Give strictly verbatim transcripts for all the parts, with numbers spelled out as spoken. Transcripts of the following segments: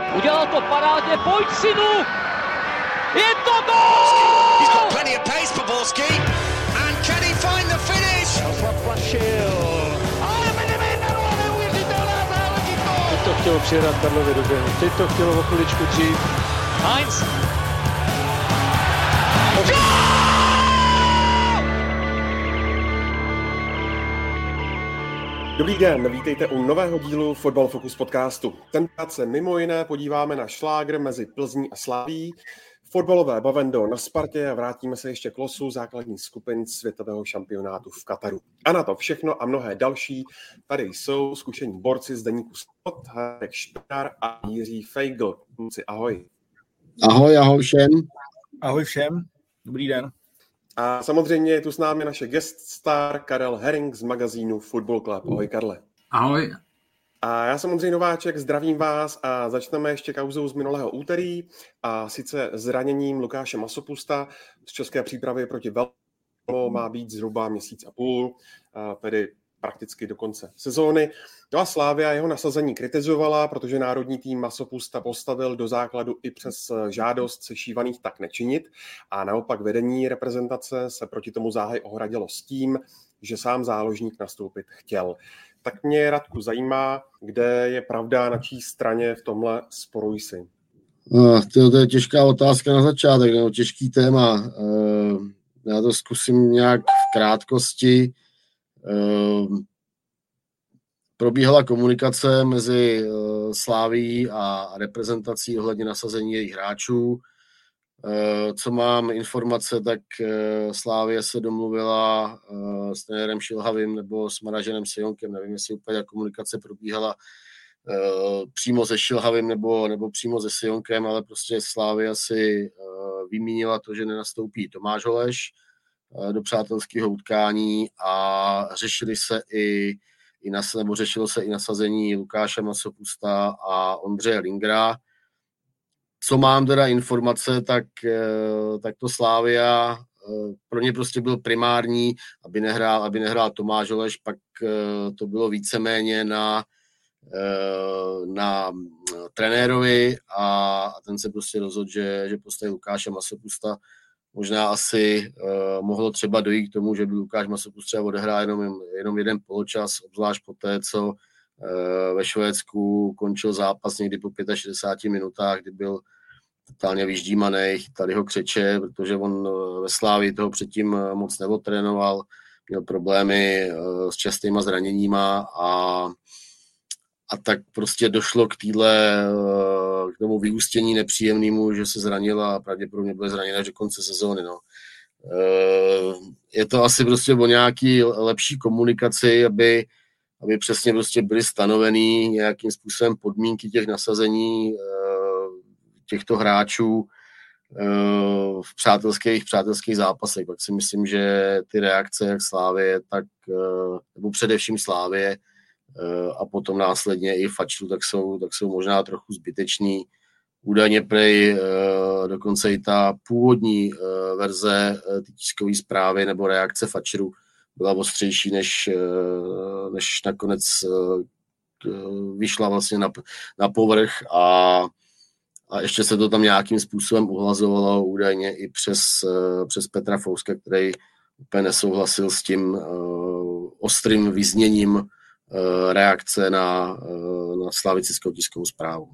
Udělal to parádně, pojď synu! Je to gól! He's got plenty of pace for Borski. And can he find the finish? Ale Medemejneru, neuvěřitelná záležitost! Teď to chtělo přijedat Karlově do běhu, teď to chtělo o chviličku dřív. Heinz! Dobrý den, vítejte u nového dílu Fotbal Focus podcastu. Tentokrát se mimo jiné podíváme na šlágr mezi Plzní a Slavií, fotbalové bavendo na Spartě a vrátíme se ještě k losu základních skupin světového šampionátu v Kataru. A na to všechno a mnohé další tady jsou zkušení borci z deníku Sport, Harek Špinár a Jiří Feigl. Kluci, ahoj. Ahoj, ahoj všem. Ahoj všem, dobrý den. A samozřejmě je tu s námi naše guest star Karel Herring z magazínu Football Club. Ahoj, Karle. Ahoj. A já jsem Ondřej Nováček, zdravím vás a začneme ještě kauzou z minulého úterý a sice zraněním Lukáše Masopusta z české přípravy proti Velmu má být zhruba měsíc a půl, tedy prakticky do konce sezóny. No a Slavia jeho nasazení kritizovala, protože národní tým Masopusta postavil do základu i přes žádost sešívaných tak nečinit a naopak vedení reprezentace se proti tomu záhy ohradilo s tím, že sám záložník nastoupit chtěl. Tak mě, Radku, zajímá, kde je pravda, na čí straně v tomhle sporuj si. No, to, to je těžká otázka na začátek, nebo těžký téma. Já to zkusím nějak v krátkosti. Probíhala komunikace mezi Slavií a reprezentací ohledně nasazení jejich hráčů. Co mám informace, tak Slavie se domluvila s trenérem Šilhavým nebo s manažerem Sejonkem. Nevím, jestli úplně komunikace probíhala přímo se Šilhavým nebo, nebo přímo se Sejonkem, ale prostě Slavia si vymínila to, že nenastoupí Tomáš Holeš do přátelského utkání a řešili se i, i nas, nebo řešilo se i nasazení Lukáše Masopusta a Ondřeje Lingra. Co mám teda informace, tak, tak to Slavia pro ně prostě byl primární, aby nehrál, aby nehrál Tomáš Holeš, pak to bylo víceméně na, na trenérovi a ten se prostě rozhodl, že, že postaví Lukáše Masopusta. Možná asi uh, mohlo třeba dojít k tomu, že by Lukáš Masopust třeba odehrál jenom, jenom jeden poločas, obzvlášť po té, co uh, ve Švédsku končil zápas někdy po šedesáti pěti minutách, kdy byl totálně vyždímaný, tady ho křeče, protože on uh, ve Slávii toho předtím uh, moc neodtrénoval, měl problémy uh, s častýma zraněníma a, a tak prostě došlo k týhle uh, k tomu vyústění nepříjemnému, že se zranil a pravděpodobně bude zraněn až do konce sezóny. No. Je to asi prostě o nějaký lepší komunikaci, aby, aby přesně prostě byly stanovený nějakým způsobem podmínky těch nasazení těchto hráčů v přátelských, přátelských zápasech. Pak si myslím, že ty reakce jak Slávie, tak nebo především Slávie, a potom následně i Fačru, tak jsou, tak jsou možná trochu zbytečný. Údajně prej dokonce i ta původní verze ty tiskové zprávy nebo reakce Fačru byla ostřejší, než, než nakonec vyšla vlastně na, na povrch a, a ještě se to tam nějakým způsobem uhlazovalo údajně i přes, přes Petra Fouska, který úplně nesouhlasil s tím ostrým vyzněním reakce na, na slavickou tiskovou zprávu.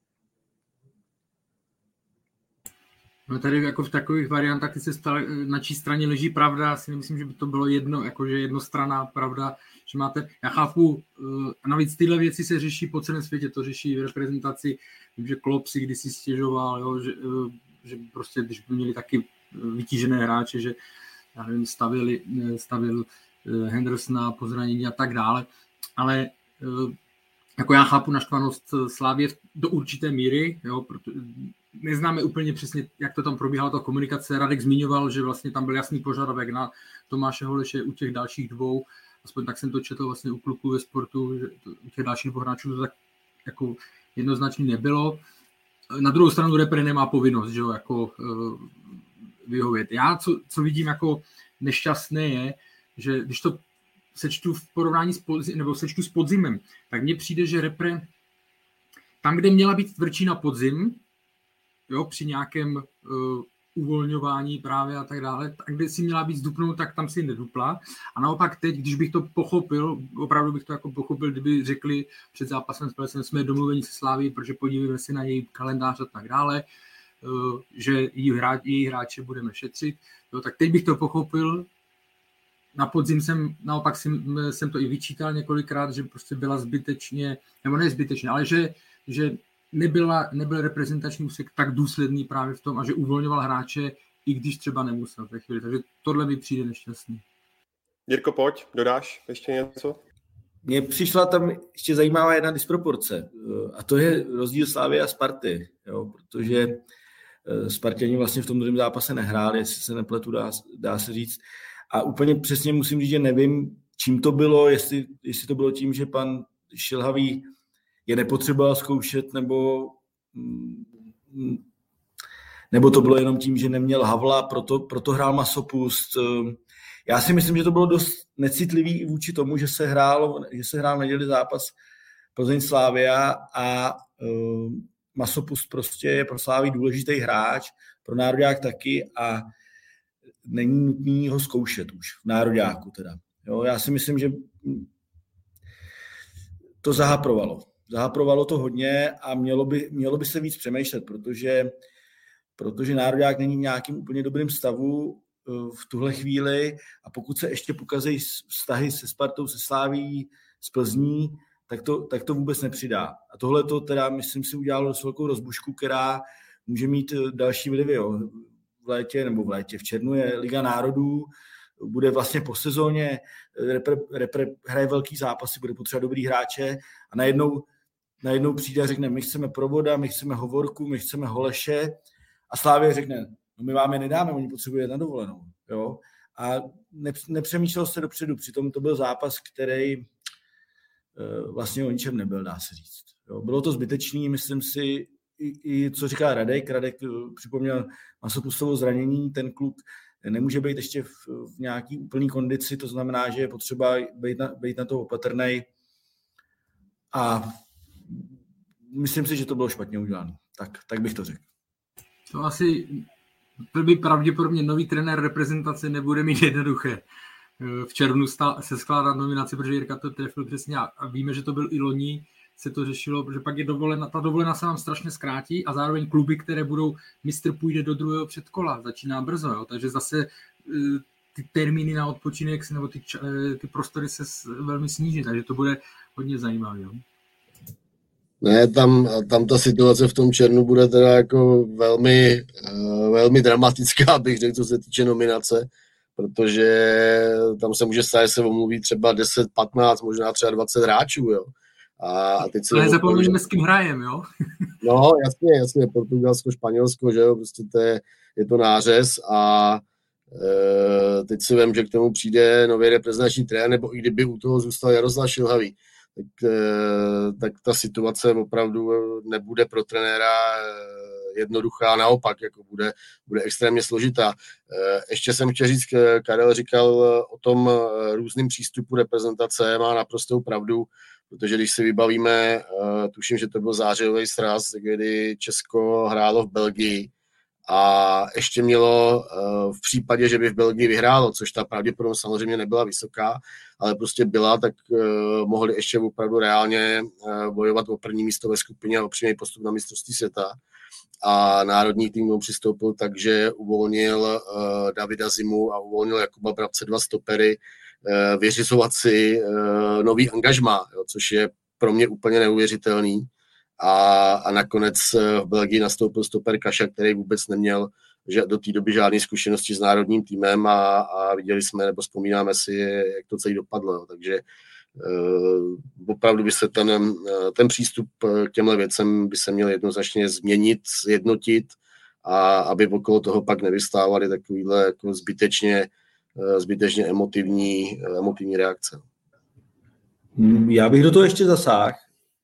No tady jako v takových variantách, ty se stali, na čí straně leží pravda, si nemyslím, že by to bylo jedno, jakože jednostranná pravda, že máte, já chápu, a navíc tyhle věci se řeší po celém světě, to řeší v reprezentaci, vím, že Klopp si kdysi stěžoval, jo, že, že prostě, když by měli taky vytížené hráče, že já nevím, stavili, stavil Hendersona po zranění a tak dále, ale jako já chápu naštvanost Slavie do určité míry, jo, protože neznáme úplně přesně, jak to tam probíhala ta komunikace. Radek zmiňoval, že vlastně tam byl jasný požadavek na Tomáše Holeše u těch dalších dvou, aspoň tak jsem to četl vlastně u kluků ve Sportu, že to, u těch dalších dvou hráčů to tak jako jednoznačně nebylo. Na druhou stranu repre nemá povinnost, že jo, jako uh, vyhovět. Já, co, co vidím jako nešťastné je, že když to sečtu v porovnání s podzim, nebo sečtu s podzimem, tak mně přijde, že repre tam, kde měla být tvrdší na podzim, jo, při nějakém uh, uvolňování právě a tak dále, tak kde si měla být zdupnout, tak tam si nedupla. A naopak teď, když bych to pochopil, opravdu bych to jako pochopil, kdyby řekli před zápasem s Plzní, jsme domluveni se Slaví, protože podívejme si na její kalendář a tak dále, uh, že její, hráč, její hráče budeme šetřit. Jo, tak teď bych to pochopil. Na podzim jsem, naopak jsem, jsem to i vyčítal několikrát, že prostě byla zbytečně, nebo ne zbytečně, ale že, že nebyla, nebyl reprezentační úsek tak důsledný právě v tom a že uvolňoval hráče, i když třeba nemusel v té chvíli. Takže tohle mi přijde nešťastný. Jirko, pojď, dodáš ještě něco? Mně přišla tam ještě zajímavá jedna disproporce a to je rozdíl Slávy a Sparty, jo, protože Spartěni vlastně v tom druhém zápase nehráli, jestli se nepletu, dá, dá se říct. A úplně přesně musím říct, že nevím, čím to bylo, jestli, jestli to bylo tím, že pan Šilhavý je nepotřeboval zkoušet, nebo, nebo to bylo jenom tím, že neměl Havla, proto, proto hrál Masopust. Já si myslím, že to bylo dost necitlivý i vůči tomu, že se hrál, že se hrál v neděli zápas Plzeň Slavia a uh, Masopust prostě je pro Slávy důležitý hráč, pro nároďák taky a není nutný ho zkoušet už v nároďáku teda. Jo, já si myslím, že to zahaprovalo. Zahaprovalo to hodně a mělo by, mělo by se víc přemýšlet, protože, protože nároďák není v nějakým úplně dobrým stavu v tuhle chvíli a pokud se ještě pokazí vztahy se Spartou, se Slaví, s Plzní, tak to, tak to vůbec nepřidá. A tohle to teda, myslím si, udělalo dost velkou rozbušku, která může mít další vlivy. Jo. V létě, nebo v létě, v červnu je Liga národů, bude vlastně po sezóně, repre, repre, hraje velký zápasy, bude potřeba dobrý hráče a najednou, najednou přijde a řekne, my chceme Provoda, my chceme Hovorku, my chceme Holeše a Slávě řekne, no my vám je nedáme, oni potřebují na dovolenou. Jo? A nepřemýšlel se dopředu, přitom to byl zápas, který vlastně o ničem nebyl, dá se říct. Jo? Bylo to zbytečný, myslím si, i, i co říká Radek, Radek připomněl Masopustovou zranění, ten kluk nemůže být ještě v, v nějaký úplný kondici, to znamená, že je potřeba být na, být na to opatrnej a myslím si, že to bylo špatně udělané. Tak, tak bych to řekl. To asi by pravděpodobně nový trenér reprezentace nebude mít jednoduché v červnu se skládat nominaci, protože Jirka to trefil přesně a víme, že to byl i loni, se to řešilo, protože pak je dovolena, ta dovolena se vám strašně zkrátí a zároveň kluby, které budou, mistr půjde do druhého předkola, začíná brzo, jo, takže zase ty termíny na odpočinek nebo ty, ty prostory se velmi sníží, takže to bude hodně zajímavé. Jo. Ne, tam, tam ta situace v tom červnu bude teda jako velmi, velmi dramatická, bych řekl, co se týče nominace, protože tam se může stát, že se omluví třeba deset, patnáct, možná třeba dvacet hráčů, jo. A teď se ale nezapomeňme, s kým hrajem, jo? No, jasně, jasně, Portugalsko, Španělsko, že jo, prostě to je, je to nářez a e, teď si vím, že k tomu přijde nový reprezentační trenér, nebo i kdyby u toho zůstal Jaroslav Šilhavý, tak, e, tak ta situace opravdu nebude pro trenéra jednoduchá, naopak, jako bude, bude extrémně složitá. E, ještě jsem chtěl říct, Karel říkal o tom různým přístupu reprezentace, má naprostou pravdu, protože když si vybavíme, uh, tuším, že to byl zářijový sraz, kdy Česko hrálo v Belgii a ještě mělo uh, v případě, že by v Belgii vyhrálo, což ta pravděpodobnost samozřejmě nebyla vysoká, ale prostě byla, tak uh, mohli ještě opravdu reálně uh, bojovat o první místo ve skupině a o přímý postup na mistrovství světa. A národní tým přistoupil tak, že uvolnil uh, Davida Zimu a uvolnil Jakuba Brabce, dva stopery, vyřizovat si nový angažmá, jo, což je pro mě úplně neuvěřitelný. A, a nakonec v Belgii nastoupil stoper Kaša, který vůbec neměl že do té doby žádné zkušenosti s národním týmem a, a viděli jsme, nebo vzpomínáme si, jak to celý dopadlo. Jo. Takže uh, opravdu by se ten, ten přístup k těmhle věcem by se měl jednoznačně změnit, zjednotit a aby okolo toho pak nevystávaly takovýhle jako zbytečně zbytečně emotivní, emotivní reakce. Já bych do toho ještě zasáhl.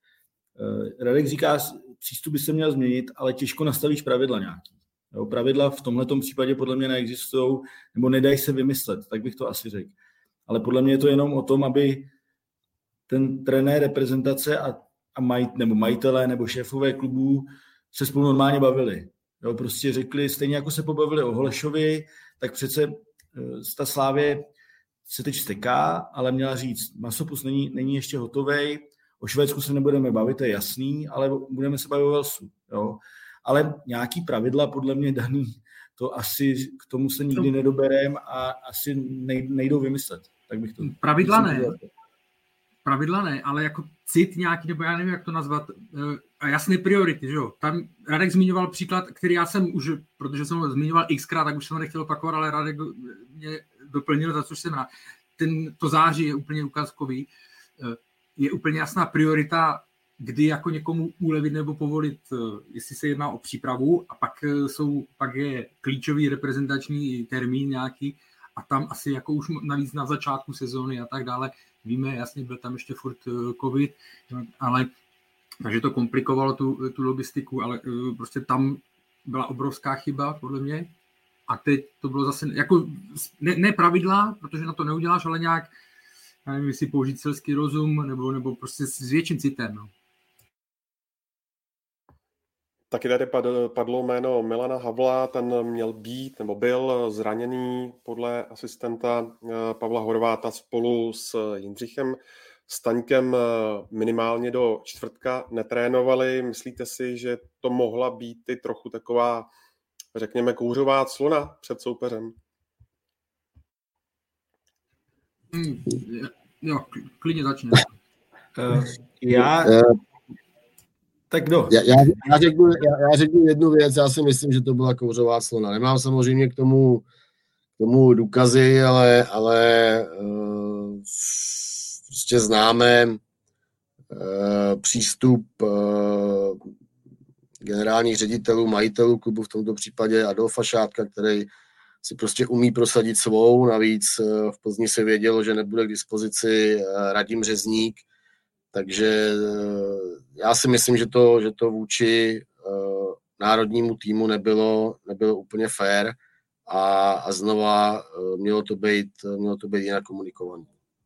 Radek říká, přístup by se měl změnit, ale těžko nastavíš pravidla nějaký. Jo, pravidla v tomhletom případě podle mě neexistují, nebo nedají se vymyslet, tak bych to asi řekl. Ale podle mě je to jenom o tom, aby ten trenér reprezentace a, a maj, nebo majitelé nebo šéfové klubů se spolu normálně bavili. Jo, prostě řekli, stejně jako se pobavili o Holešovi, tak přece ta Slávě se teď steká, ale měla říct, Masopust není, není ještě hotovej, o Švédsku se nebudeme bavit, to je jasný, ale budeme se bavit o Velsu. Jo. Ale nějaký pravidla podle mě daný, to asi k tomu se nikdy nedoberem a asi nejdou vymyslet. Tak bych to... Pravidla ne. Pravidla ne, ale jako cit nějaký, nebo já nevím, jak to nazvat, a jasné priority, že jo. Tam Radek zmiňoval příklad, který já jsem už, protože jsem ho zmiňoval xkrát, tak už jsem ho nechtěl opakovat, ale Radek mě doplnil, za což jsem rád. Ten, to září je úplně ukázkový. Je úplně jasná priorita, kdy jako někomu ulevit nebo povolit, jestli se jedná o přípravu, a pak, jsou, pak je klíčový reprezentační termín nějaký, a tam asi jako už navíc na začátku sezóny a tak dále. Víme, jasně, byl tam ještě furt covid, ale takže to komplikovalo tu, tu logistiku, ale prostě tam byla obrovská chyba, podle mě. A teď to bylo zase, jako ne, ne pravidla, protože na to neuděláš, ale nějak, já nevím, jestli použít selský rozum, nebo, nebo prostě s větším citem. No. Taky tady padlo jméno Milana Havla, ten měl být, nebo byl zraněný podle asistenta Pavla Horváta spolu s Jindřichem Staňkem minimálně do čtvrtka netrénovali. Myslíte si, že to mohla být i trochu taková, řekněme, kouřová clona před soupeřem? Hmm, jo, klidně začne. Uh, já... Tak kdo? Já, já, já, řeknu, já, já řeknu jednu věc, já si myslím, že to byla kouřová clona. Nemám samozřejmě k tomu, k tomu důkazy, ale, ale uh, prostě známe uh, přístup uh, generálních ředitelů, majitelů klubu, v tomto případě Adolfa Šátka, který si prostě umí prosadit svou. Navíc uh, v Plzni se vědělo, že nebude k dispozici uh, Radim Řezník, takže uh, já si myslím, že to, že to vůči uh, národnímu týmu nebylo, nebylo úplně fair a, a znova uh, mělo to být, mělo to být jinak komunikované.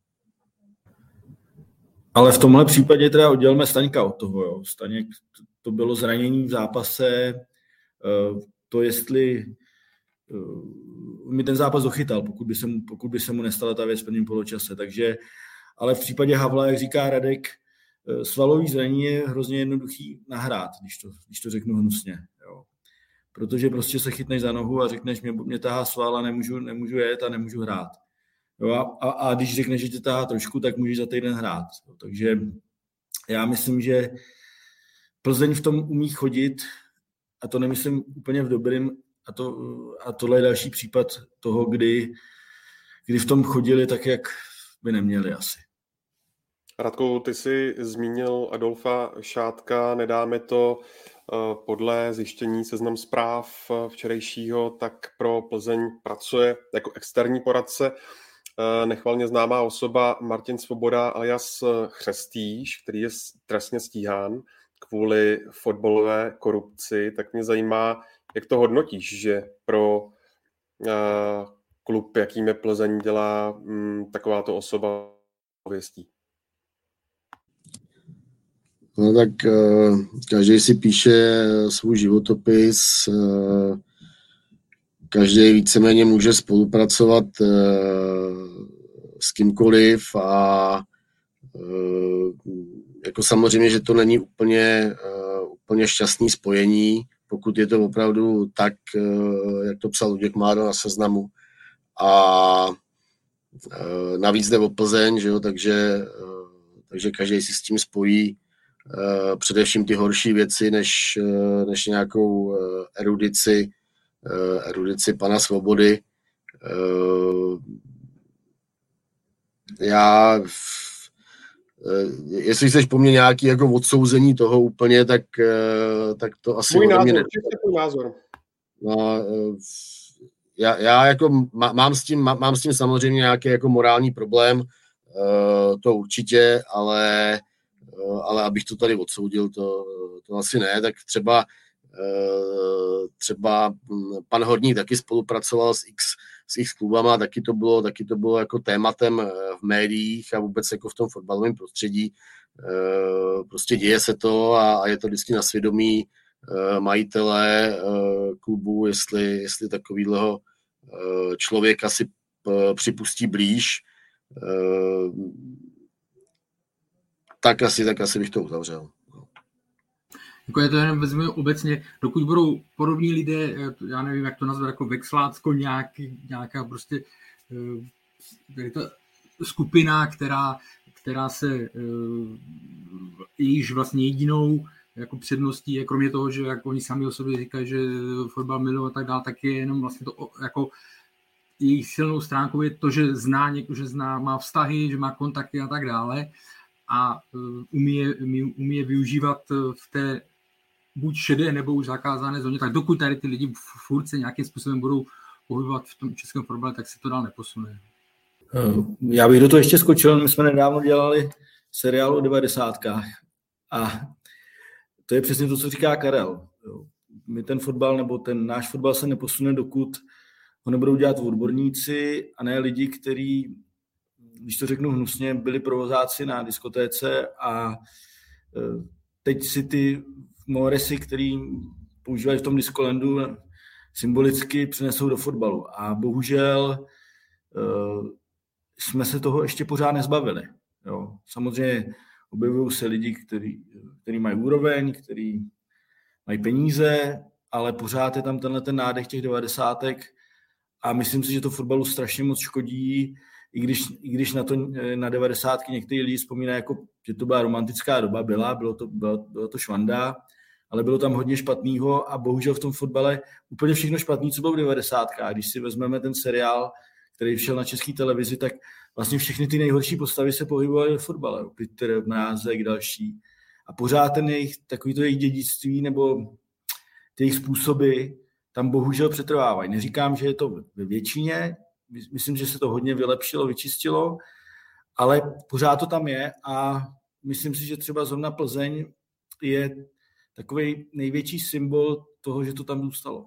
Ale v tomhle případě teda oddělme Staňka od toho. Jo. Staněk, to bylo zranění v zápase, uh, to jestli uh, mi ten zápas dochytal, pokud by se mu, pokud by se mu nestala ta věc v prvním poločase. Takže, ale v případě Havla, jak říká Radek, svalový zranění je hrozně jednoduchý nahrát, když to, když to řeknu hnusně. Jo. Protože prostě se chytneš za nohu a řekneš, mě, mě tahá sval a nemůžu, nemůžu jet a nemůžu hrát. Jo, a, a, a když řekneš, že tě tahá trošku, tak můžeš za týden hrát. Jo. Takže já myslím, že Plzeň v tom umí chodit, a to nemyslím úplně v dobrým, a, to, a tohle je další případ toho, kdy, kdy v tom chodili tak, jak by neměli asi. Radku, ty jsi zmínil Adolfa Šátka, nedáme to podle zjištění Seznam Zpráv včerejšího, tak pro Plzeň pracuje jako externí poradce nechvalně známá osoba Martin Svoboda alias Chřestýš, který je trestně stíhán kvůli fotbalové korupci. Tak mě zajímá, jak to hodnotíš, že pro klub, jakým je Plzeň, dělá takováto osoba pověstí. No tak uh, každý si píše svůj životopis, uh, každý víceméně může spolupracovat uh, s kýmkoliv a uh, jako samozřejmě, že to není úplně, uh, úplně šťastný spojení, pokud je to opravdu tak, uh, jak to psal Luděk Máro na Seznamu. A uh, navíc jde o Plzeň, že jo, takže, uh, takže každý si s tím spojí Uh, především ty horší věci, než, uh, než nějakou uh, erudici, uh, erudici pana Svobody. Uh, já, uh, jestli chceš po mně nějaký jako odsouzení toho úplně, tak, uh, tak to asi... Můj názor, ne... můj názor. No, uh, já, já jako má, mám, s tím, má, mám s tím samozřejmě nějaký jako morální problém, uh, to určitě, ale ale abych to tady odsoudil, to, to asi ne, tak třeba třeba pan Horník taky spolupracoval s X, s X klubama, taky to bylo, taky to bylo jako tématem v médiích a vůbec jako v tom fotbalovém prostředí. Prostě děje se to a je to vždycky na svědomí majitele klubu, jestli, jestli takovýhleho člověka si připustí blíž, tak asi, tak asi bych to uzavřel. Jako je to jenom vezme obecně, dokud budou podobní lidé, já nevím, jak to nazvat, jako Vexlácko, nějaký, nějaká prostě tady ta skupina, která, která se jejíž vlastně jedinou jako předností je, kromě toho, že jak oni sami o sobě říkají, že fotbal milují a tak dále, tak je jenom vlastně to jako jejich silnou stránkou je to, že zná někdo, že zná, má vztahy, že má kontakty a tak dále a umí je, umí je využívat v té buď šedé nebo už zakázané zóně, tak dokud tady ty lidi furt se nějakým způsobem budou pohybovat v tom českém fotbale, tak se to dál neposune. Já bych do toho ještě skočil, my jsme nedávno dělali seriál o devadesátkách a to je přesně to, co říká Karel. My ten fotbal, nebo ten náš fotbal se neposune, dokud ho nebudou dělat odborníci a ne lidi, kteří, když to řeknu hnusně, byli provozáci na diskotéce a teď si ty moresy, který používají v tom Discolandu, symbolicky přenesou do fotbalu. A bohužel jsme se toho ještě pořád nezbavili. Jo. Samozřejmě objevují se lidi, kteří, kteří mají úroveň, kteří mají peníze, ale pořád je tam tenhle ten nádech těch devadesátek a myslím si, že to fotbalu strašně moc škodí, i když, i když na to na devadesátky někteří lidi vzpomínají, jako, že to byla romantická doba, byla, bylo to, byla, byla to švanda, ale bylo tam hodně špatného a bohužel v tom fotbale úplně všechno špatné, co bylo v devadesátkách. Když si vezmeme ten seriál, který všel na české televizi, tak vlastně všechny ty nejhorší postavy se pohybovaly ve fotbale. Peter, Mrázek, další. A pořád ten jejich, takový to jejich dědictví nebo ty jejich způsoby tam bohužel přetrvávají. Neříkám, že je to ve většině, myslím, že se to hodně vylepšilo, vyčistilo, ale pořád to tam je a myslím si, že třeba zrovna Plzeň je takový největší symbol toho, že to tam zůstalo.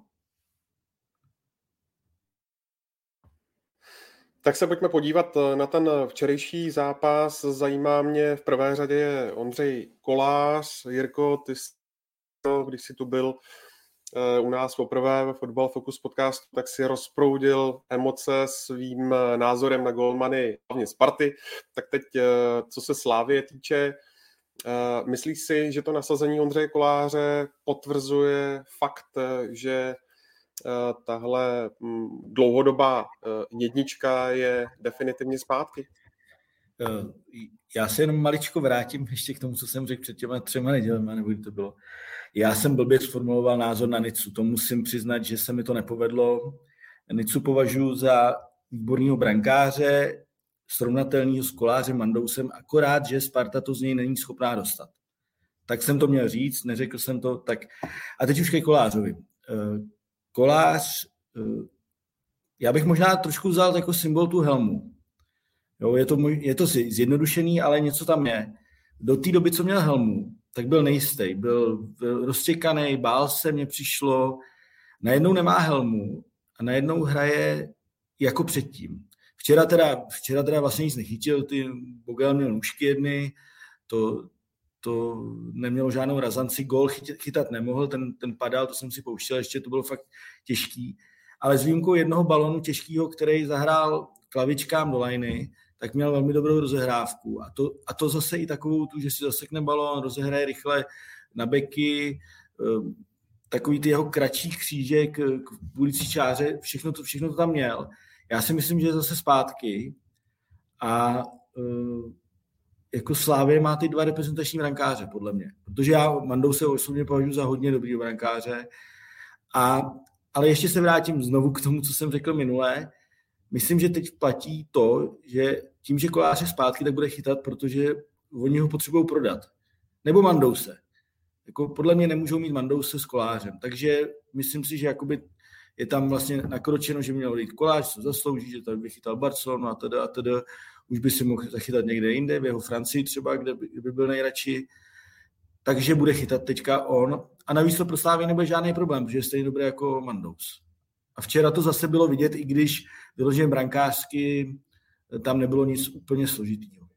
Tak se pojďme podívat na ten včerejší zápas. Zajímá mě v prvé řadě je Ondřej Kolář. Jirko, ty jsi, když jsi tu byl u nás poprvé ve Fotbal Focus podcastu, tak si rozproudil emoce svým názorem na golmany hlavně Sparty. Tak teď, co se Slávie týče, myslíš si, že to nasazení Ondřeje Koláře potvrzuje fakt, že tahle dlouhodobá jednička je definitivně zpátky? Já se jenom maličko vrátím ještě k tomu, co jsem řekl před těma třema nedělema, nebo kdy to bylo. Já jsem blbě sformuloval názor na Nicu. To musím přiznat, že se mi to nepovedlo. Nicu považuji za výborného brankáře, srovnatelného s Kolářem Mandousem, akorát, že Sparta to z něj není schopná dostat. Tak jsem to měl říct, neřekl jsem to. Tak. A teď už ke Kolářovi. Kolář, já bych možná trošku vzal jako symbol tu helmu. Jo, je, to, je to zjednodušený, ale něco tam je. Do té doby, co měl helmu, tak byl nejistý, byl, byl roztěkaný, bál se, mně přišlo. Najednou nemá helmu a najednou hraje jako předtím. Včera teda, včera teda vlastně nic nechytil, ty Bogel měl nůžky jedny, to, to nemělo žádnou razanci, gól chytat, chytat nemohl, ten, ten padal, to jsem si pouštěl, ještě to bylo fakt těžký. Ale s výjimkou jednoho balonu těžkýho, který zahrál klavičkám do lajny, tak měl velmi dobrou rozehrávku. A to, a to zase i takovou tu, že si zasekne balón, rozehraje rychle na beky, takový ty jeho kratší křížek k ulicí čáře, všechno to, všechno to tam měl. Já si myslím, že je zase zpátky a jako Slávě má ty dva reprezentační brankáře, podle mě. Protože já Mandouse osobně považuji za hodně dobrý brankáře. A, ale ještě se vrátím znovu k tomu, co jsem řekl minule. Myslím, že teď platí to, že tím, že Kolář je zpátky, tak bude chytat, protože oni ho potřebují prodat. Nebo Mandouse. Jako podle mě nemůžou mít Mandouse s Kolářem. Takže myslím si, že jakoby je tam vlastně nakročeno, že měl jít Kolář, co zaslouží, že tady by chytal Barcelonu a teda a teda. Už by si mohl zachytat někde jinde, v jeho Francii třeba, kde by, by byl nejradši. takže bude chytat teďka on. A navíc to pro Slávy nebude žádný problém, protože je stejně dobrý jako Mandous. A včera to zase bylo vidět, i když vyloženě brankářsky tam nebylo nic úplně složitýho.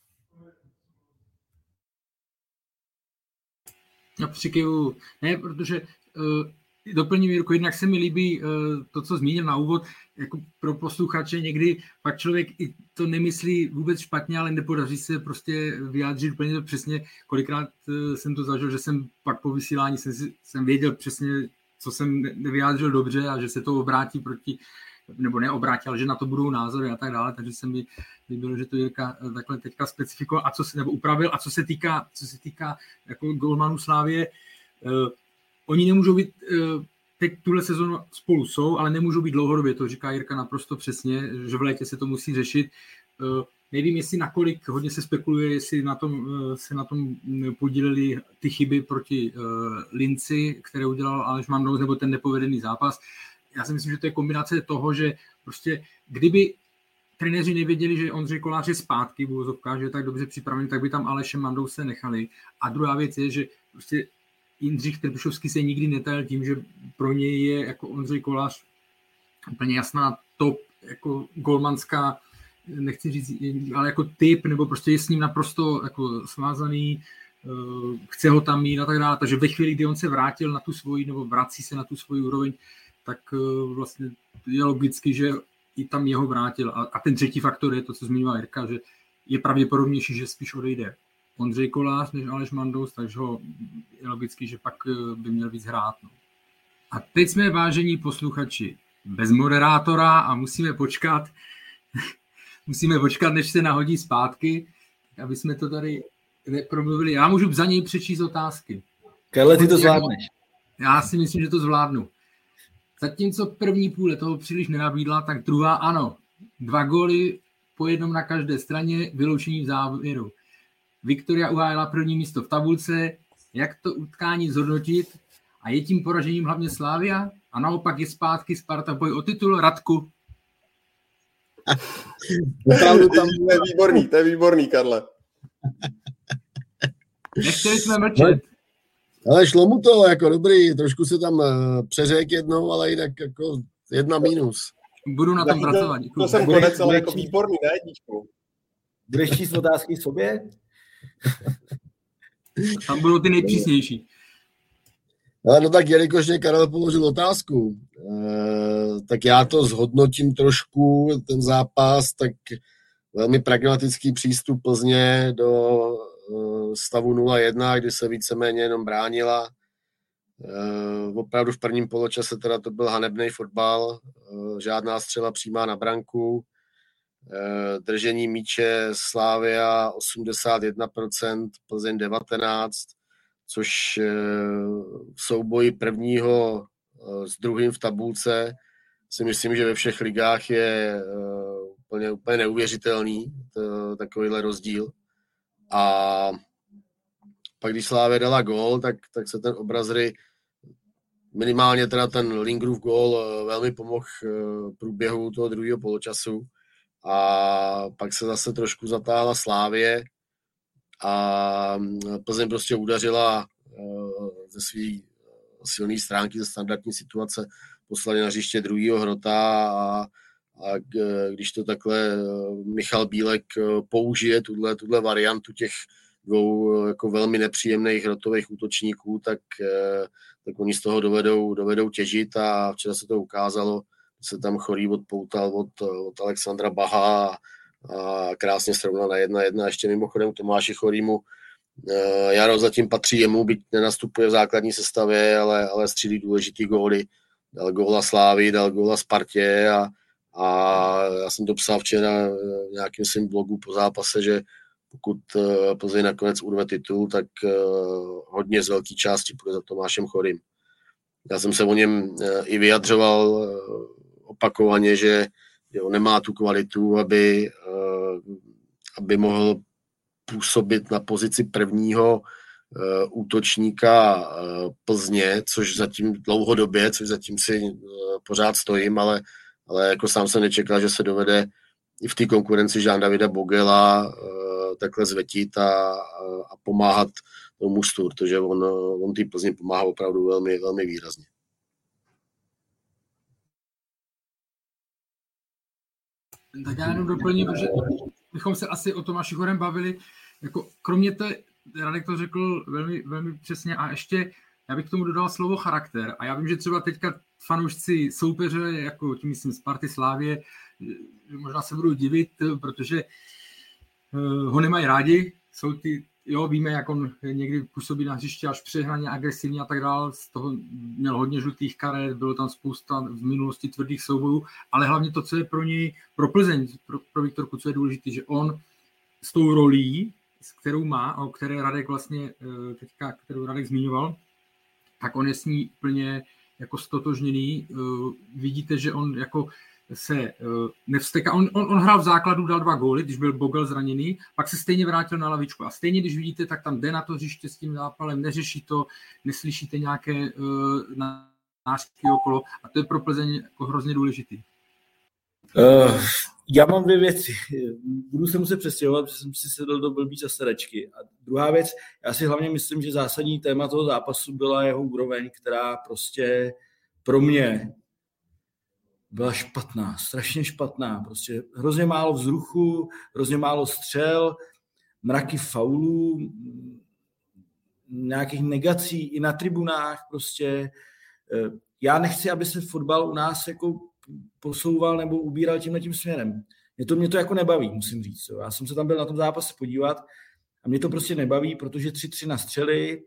No přikyvu, ne, protože uh, doplním Jirku, jednak se mi líbí uh, to, co zmínil na úvod, jako pro posluchače někdy pak člověk i to nemyslí vůbec špatně, ale nepodaří se prostě vyjádřit úplně to přesně. Kolikrát uh, jsem to zažil, že jsem pak po vysílání jsem, jsem věděl přesně, co jsem nevyjádřil dobře a že se to obrátí proti, nebo neobrátí, ale že na to budou názory a tak dále, takže se mi líbilo, že to Jirka takhle teďka specifikoval a co se, nebo upravil. A co se týká, co se týká jako golmanů Slávie, uh, oni nemůžou být, uh, teď tuhle sezonu spolu jsou, ale nemůžou být dlouhodobě, to říká Jirka naprosto přesně, že v létě se to musí řešit. Uh, nevím, jestli nakolik, hodně se spekuluje, jestli na tom, uh, se na tom podíleli ty chyby proti uh, Linci, které udělal Aleš Mandous, nebo ten nepovedený zápas. Já si myslím, že to je kombinace toho, že prostě kdyby trenéři nevěděli, že Ondřej Kolář je zpátky v úvozovkách, že je tak dobře připravený, tak by tam Aleše Mandouse nechali. A druhá věc je, že prostě Jindřich Trpišovský se nikdy netajil tím, že pro něj je jako Ondřej Kolář úplně jasná top, jako golmanská, nechci říct, ale jako typ, nebo prostě je s ním naprosto jako svázaný, chce ho tam mít a tak dále. Takže ve chvíli, kdy on se vrátil na tu svoji, nebo vrací se na tu svoji úroveň, tak vlastně je logicky, že i tam jeho vrátil. A, a ten třetí faktor je to, co zmiňoval Jirka, že je pravděpodobnější, že spíš odejde Ondřej Kolář než Aleš Mandous, takže ho je logicky, že pak by měl víc hrát. No. A teď jsme, vážení posluchači, bez moderátora a musíme počkat, musíme počkat, než se nahodí zpátky, aby jsme to tady nepromluvili. Já můžu za něj přečíst otázky. Karle, ty to zvládneš. Já si myslím, že to zvládnu. Zatímco první půle toho příliš nenabídla, tak druhá ano. Dva góly po jednom na každé straně, vyloučení v závěru. Viktoria uhájila první místo v tabulce. Jak to utkání zhodnotit? A je tím poražením hlavně Slavia? A naopak je zpátky Sparta boj o titul? Radku? Opravdu tam to je výborný, to je výborný, Karle. Nechtěli jsme mlčet. Ale šlo mu to, jako dobrý, trošku se tam přeřek jednou, ale jinak jako jedna mínus. Budu na tom pracovat. To, to jsem konec, ale jako výborný, ne, jedničku. Budeš číst otázky sobě? Tam budou ty nejpřísnější. No tak jelikož mě Karel položil otázku, tak já to zhodnotím trošku, ten zápas, tak velmi pragmatický přístup Plzně do stavu nula jedna, kdy se víceméně jenom bránila. Opravdu v prvním poločase teda to byl hanebný fotbal, žádná střela přímá na branku, držení míče Slavia osmdesát jedna procent, Plzeň devatenáct procent, což v souboji prvního s druhým v tabulce si myslím, že ve všech ligách je úplně, úplně neuvěřitelný to, takovýhle rozdíl. A pak, když Slavia dala gól, tak, tak se ten obraz hry, minimálně teda ten Lingrův gól velmi pomohl průběhu toho druhého poločasu. A pak se zase trošku zatáhla Slavie a Plzeň prostě udařila ze své silné stránky, ze standardní situace, poslali na hřiště druhýho Hrota a, a když to takhle Michal Bílek použije, tuhle, tuhle variantu těch dvou jako velmi nepříjemných hrotových útočníků, tak, tak oni z toho dovedou, dovedou těžit a včera se to ukázalo, se tam Chorý odpoutal od, od Alexandra Baha a krásně srovnal na jedna jedna. Ještě mimochodem Tomáši Chorýmu. Jaro zatím patří jemu, byť nenastupuje v základní sestavě, ale, ale střílí důležitý góly. Dal góla Slávy, dal góla Spartě a, a já jsem to psal včera v nějakém svém blogu po zápase, že pokud Plzeň nakonec urve titul, tak hodně z velké části půjde za Tomášem Chorým. Já jsem se o něm i vyjadřoval opakovaně, že on nemá tu kvalitu, aby, aby mohl působit na pozici prvního útočníka Plzně, což zatím dlouhodobě, což zatím si pořád stojím, ale, ale jako sám jsem nečekal, že se dovede i v té konkurenci Jean Davida Bogela takhle zvetit a, a pomáhat tomu mužstvu, protože on, on tý Plzni pomáhá opravdu velmi, velmi výrazně. Tak já jenom doplním, že bychom se asi o Tomáši Chorem bavili, jako kromě té, Radek to řekl velmi, velmi přesně a ještě já bych k tomu dodal slovo charakter a já vím, že třeba teďka fanoušci soupeře, jako tím myslím Sparty, Slávie, možná se budou divit, protože ho nemají rádi, jsou ty, jo, víme, jak on někdy působí na hřiště až přehnaně agresivní a tak dále, z toho měl hodně žlutých karet, bylo tam spousta v minulosti tvrdých soubojů, ale hlavně to, co je pro něj, pro Plzeň, pro, pro Viktorku, co je důležité, že on s tou rolí, s kterou má, o které Radek vlastně teďka, kterou Radek zmiňoval, tak on je s ní plně jako stotožněný. Vidíte, že on jako se nevsteká. On, on, on hrál v základu, dal dva góly, když byl Bogel zraněný, pak se stejně vrátil na lavičku. A stejně, když vidíte, tak tam jde na to hřiště s tím zápalem, neřeší to, neslyšíte nějaké uh, nářky okolo. A to je pro Plzeň jako hrozně důležitý. Uh, já mám dvě věci. Budu se muset přestěhovat, protože jsem si sedl do blbý zasedačky. A druhá věc, já si hlavně myslím, že zásadní téma toho zápasu byla jeho úroveň, která prostě pro mě byla špatná, strašně špatná. Prostě hrozně málo vzruchu, hrozně málo střel, mraky faulů, nějakých negací i na tribunách. Prostě. Já nechci, aby se fotbal u nás jako posouval nebo ubíral tímhletím směrem. Mě to, mě to jako nebaví, musím říct. Já jsem se tam byl na tom zápase podívat a mě to prostě nebaví, protože tři tři na střely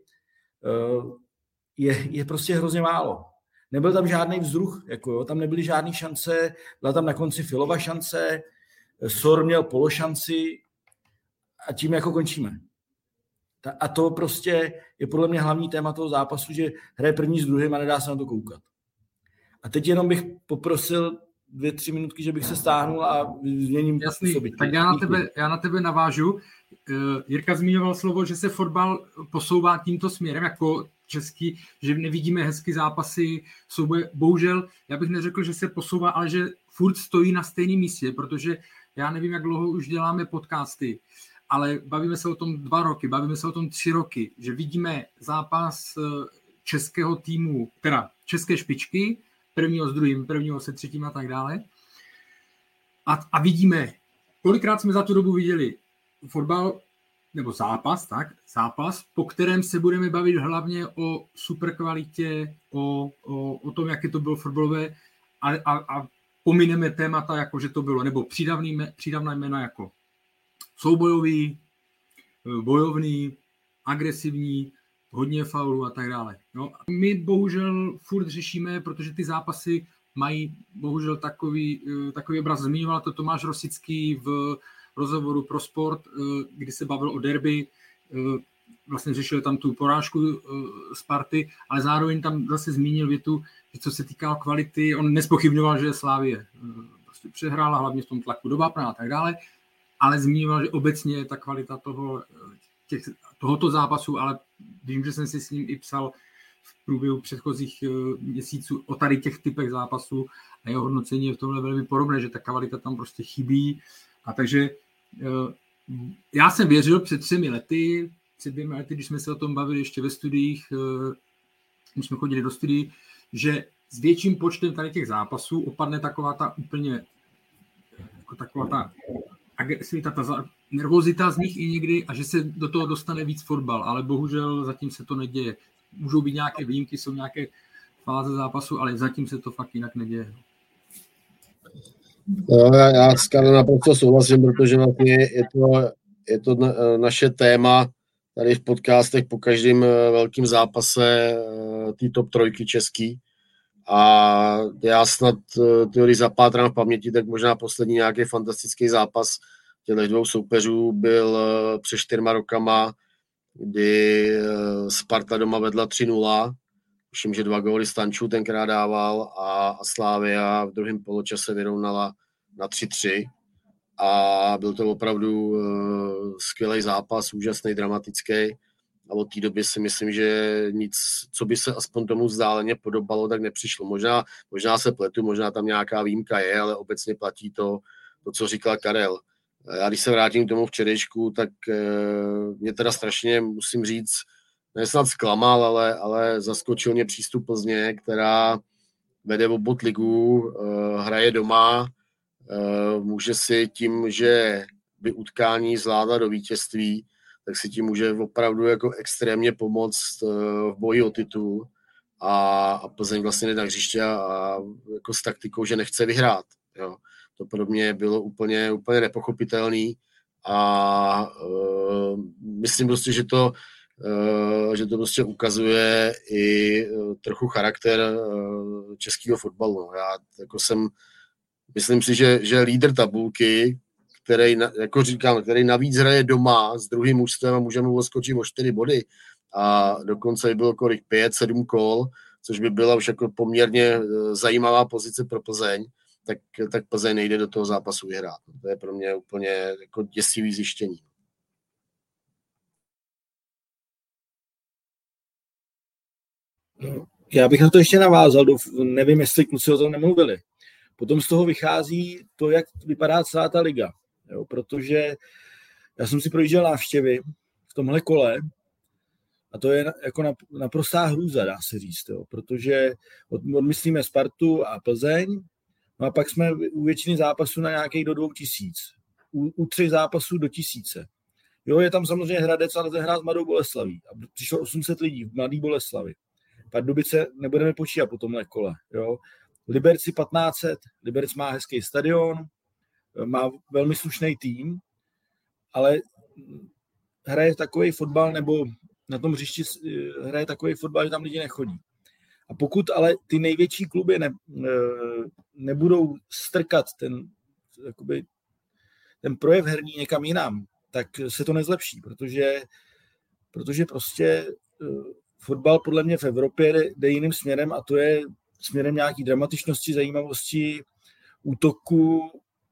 je, je prostě hrozně málo. Nebyl tam žádný vzruch, jako jo, tam nebyly žádné šance, byla tam na konci Filova šance, Sor měl pološanci a tím jako končíme. A to prostě je podle mě hlavní téma toho zápasu, že hraje první s druhým a nedá se na to koukat. A teď jenom bych poprosil dvě, tři minutky, že bych se stáhnul a změním Jasný, sobě. Tak já na, tebe, já na tebe navážu. Jirka zmiňoval slovo, že se fotbal posouvá tímto směrem, jako český, že nevidíme hezky zápasy, souboje. Bohužel, já bych neřekl, že se posouvá, ale že furt stojí na stejném místě, protože já nevím, jak dlouho už děláme podcasty, ale bavíme se o tom dva roky, bavíme se o tom tři roky, že vidíme zápas českého týmu, teda české špičky, prvního s druhým, prvního se třetím a tak dále. A, a vidíme, kolikrát jsme za tu dobu viděli fotbal, nebo zápas, tak, zápas, po kterém se budeme bavit hlavně o superkvalitě, o, o, o tom, jaké to bylo fotbalové a, a, a pomineme témata, jako že to bylo, nebo přídavný, přídavná jména jako soubojový, bojovný, agresivní, hodně faulů a tak dále. No, my bohužel furt řešíme, protože ty zápasy mají bohužel takový, takový obraz. Zmiňoval to Tomáš Rosický v rozhovoru pro Sport, kdy se bavil o derby, vlastně řešil tam tu porážku Sparty, ale zároveň tam zase zmínil větu, že co se týká kvality, on nespochybňoval, že Slávie prostě přehrála, hlavně v tom tlaku do vápna a tak dále, ale zmínil, že obecně ta kvalita toho, těch, tohoto zápasu, ale vím, že jsem si s ním i psal v průběhu předchozích měsíců o tady těch typech zápasů a jeho hodnocení je v tomhle velmi podobné, že ta kvalita tam prostě chybí. A takže já jsem věřil před třemi lety, před dvěma lety, když jsme se o tom bavili ještě ve studiích, když jsme chodili do studií, že s větším počtem tady těch zápasů opadne taková ta úplně jako taková ta agresivita, ta nervozita z nich i někdy a že se do toho dostane víc fotbal, ale bohužel zatím se to neděje. Můžou být nějaké výjimky, jsou nějaké fáze zápasu, ale zatím se to fakt jinak neděje. No, já, já s Karlem naprosto souhlasím, protože vlastně je to, je to naše téma tady v podcastech po každém velkém zápase té top trojky český. A já snad, tyjo, když zapátrám v paměti, tak možná poslední nějaký fantastický zápas těchto dvou soupeřů byl před čtyřma rokama, kdy Sparta doma vedla tři nula. Myslím, že dva góly Stančů tenkrát dával a, a Slavia v druhém poločase vyrovnala na tři tři. A byl to opravdu uh, skvělý zápas, úžasný, dramatický. A od té doby si myslím, že nic, co by se aspoň tomu vzdáleně podobalo, tak nepřišlo. Možná, možná se pletu, možná tam nějaká výjimka je, ale obecně platí to, to co říkal Karel. Já když se vrátím k tomu včerejšku, tak uh, mě teda strašně, musím říct, nesnad zklamal, ale, ale zaskočil mě přístup Plzně, která vede o bod ligu, hraje doma, může si tím, že by utkání zvládla do vítězství, tak si tím může opravdu jako extrémně pomoct v boji o titul a, a Plzeň vlastně jde na hřiště a, a jako s taktikou, že nechce vyhrát. Jo. To pro mě bylo úplně, úplně nepochopitelný a uh, myslím prostě, že to, uh, že to prostě ukazuje i uh, trochu charakter uh, českého fotbalu. No. Já jako jsem, myslím si, že, že lídr tabulky, který, jako říkám, který navíc hraje doma s druhým mužstvem a můžeme mu odskočit o čtyři body a dokonce by bylo kolik pět, sedm kol, což by byla už jako poměrně zajímavá pozice pro Plzeň, tak, tak Plzeň nejde do toho zápasu vyhrát. To je pro mě úplně jako děsivý zjištění. Já bych na to ještě navázal, nevím, jestli kluci o tom nemluvili. Potom z toho vychází to, jak vypadá celá ta liga. Jo, protože já jsem si projížděl návštěvy v tomhle kole a to je jako naprostá hrůza, dá se říct, jo, protože odmyslíme Spartu a Plzeň, no a pak jsme u většiny zápasů na nějakých do dvou tisíc. U, u třech zápasů do tisíce. Jo, je tam samozřejmě Hradec, ale ten hrá s Mladou Boleslaví. A přišlo osm set lidí v Mladý Boleslavi. Pardubice nebudeme počítat po tomhle kole. Jo. Liberci patnáct set, Liberec má hezký stadion, má velmi slušný tým, ale hraje takový fotbal, nebo na tom hřišti hraje takový fotbal, že tam lidi nechodí. A pokud ale ty největší kluby ne, nebudou strkat ten, jakoby, ten projev herní někam jinam, tak se to nezlepší, protože, protože prostě fotbal podle mě v Evropě jde, jde jiným směrem a to je směrem nějaký dramatičnosti, zajímavosti, útoku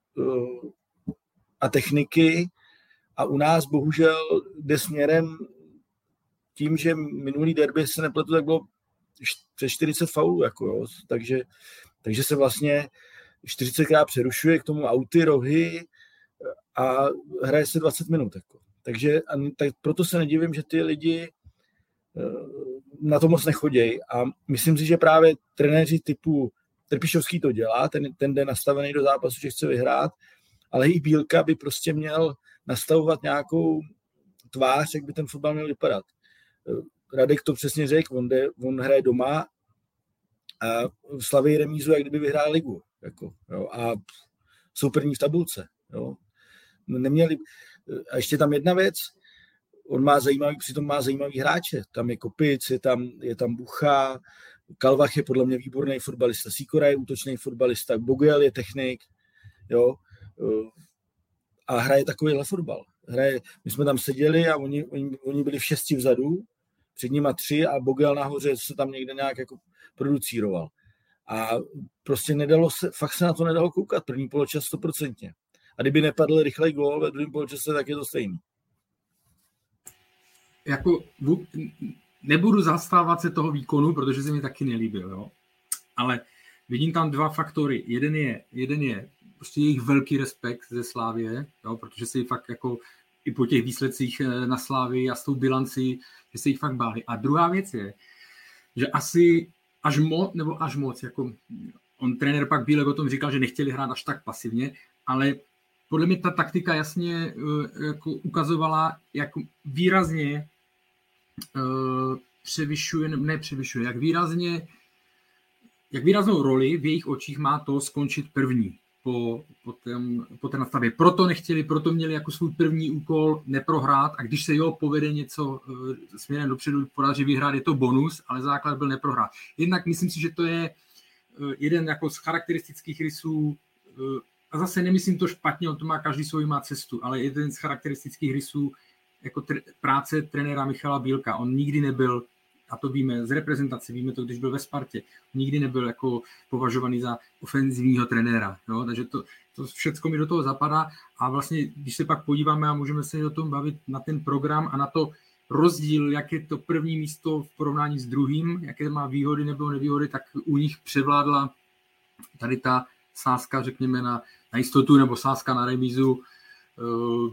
a techniky. A u nás bohužel jde směrem tím, že minulý derby, se nepletu, tak bylo přes čtyřicet faulů. Jako, jo. Takže, takže se vlastně čtyřicetkrát přerušuje k tomu auty, rohy a hraje se dvacet minut. Jako. Takže a, tak proto se nedivím, že ty lidi na to moc nechodějí a myslím si, že právě trenéři typu Trpišovský to dělá, ten, ten jde nastavený do zápasu, že chce vyhrát, ale i Bílka by prostě měl nastavovat nějakou tvář, jak by ten fotbal měl vypadat. Radek to přesně řekl, on, jde, on hraje doma a slaví remízu, jak kdyby vyhrál ligu. Jako, jo, a jsou první v tabulce. Jo. Neměli, a ještě tam jedna věc, on má zajímavý, přitom má zajímavý hráče. Tam je Kopic, je tam, je tam Bucha, Kalvach je podle mě výborný fotbalista, Sikora je útočný fotbalista, Boguel je technik, jo, a hraje takovýhle fotbal. Hraje, my jsme tam seděli a oni, oni, oni byli v šesti vzadu, před nima tři a Boguel nahoře se tam někde nějak jako producíroval. A prostě nedalo se, fakt se na to nedalo koukat, první poločas stoprocentně. A kdyby nepadl rychlej gól ve druhém poločase, tak je to stejný. Jako nebudu zastávat se toho výkonu, protože se mi taky nelíbil, jo. Ale vidím tam dva faktory. Jeden je, jeden je prostě jejich velký respekt ze Slávie, jo, protože se jí fakt jako i po těch výsledcích na Slávii a s tou bilancí, že se jich fakt báli. A druhá věc je, že asi až moc, nebo až moc, jako on trenér pak Bílek o tom říkal, že nechtěli hrát až tak pasivně, ale podle mě ta taktika jasně jako ukazovala, jak výrazně uh, převyšuje, ne převyšuje, jak výrazně, jak výraznou roli v jejich očích má to skončit první po, po, tém, po té nastavě. Proto nechtěli, proto měli jako svůj první úkol neprohrát a když se jo povede něco uh, směrem dopředu, podaří vyhrát, je to bonus, ale základ byl neprohrát. Jednak myslím si, že to je uh, jeden jako z charakteristických rysů uh, a zase nemyslím to špatně, on to má každý svou má cestu, ale jeden z charakteristických rysů jako tr- práce trenéra Michala Bílka. On nikdy nebyl, a to víme z reprezentace, víme to, když byl ve Spartě, nikdy nebyl jako považovaný za ofenzivního trenéra. Jo? Takže to, to všecko mi do toho zapadá a vlastně, když se pak podíváme a můžeme se o tom bavit na ten program a na to rozdíl, jak je to první místo v porovnání s druhým, jaké má výhody nebo nevýhody, tak u nich převládla tady ta sázka, řekněme, na, na jistotu nebo sázka na remízu.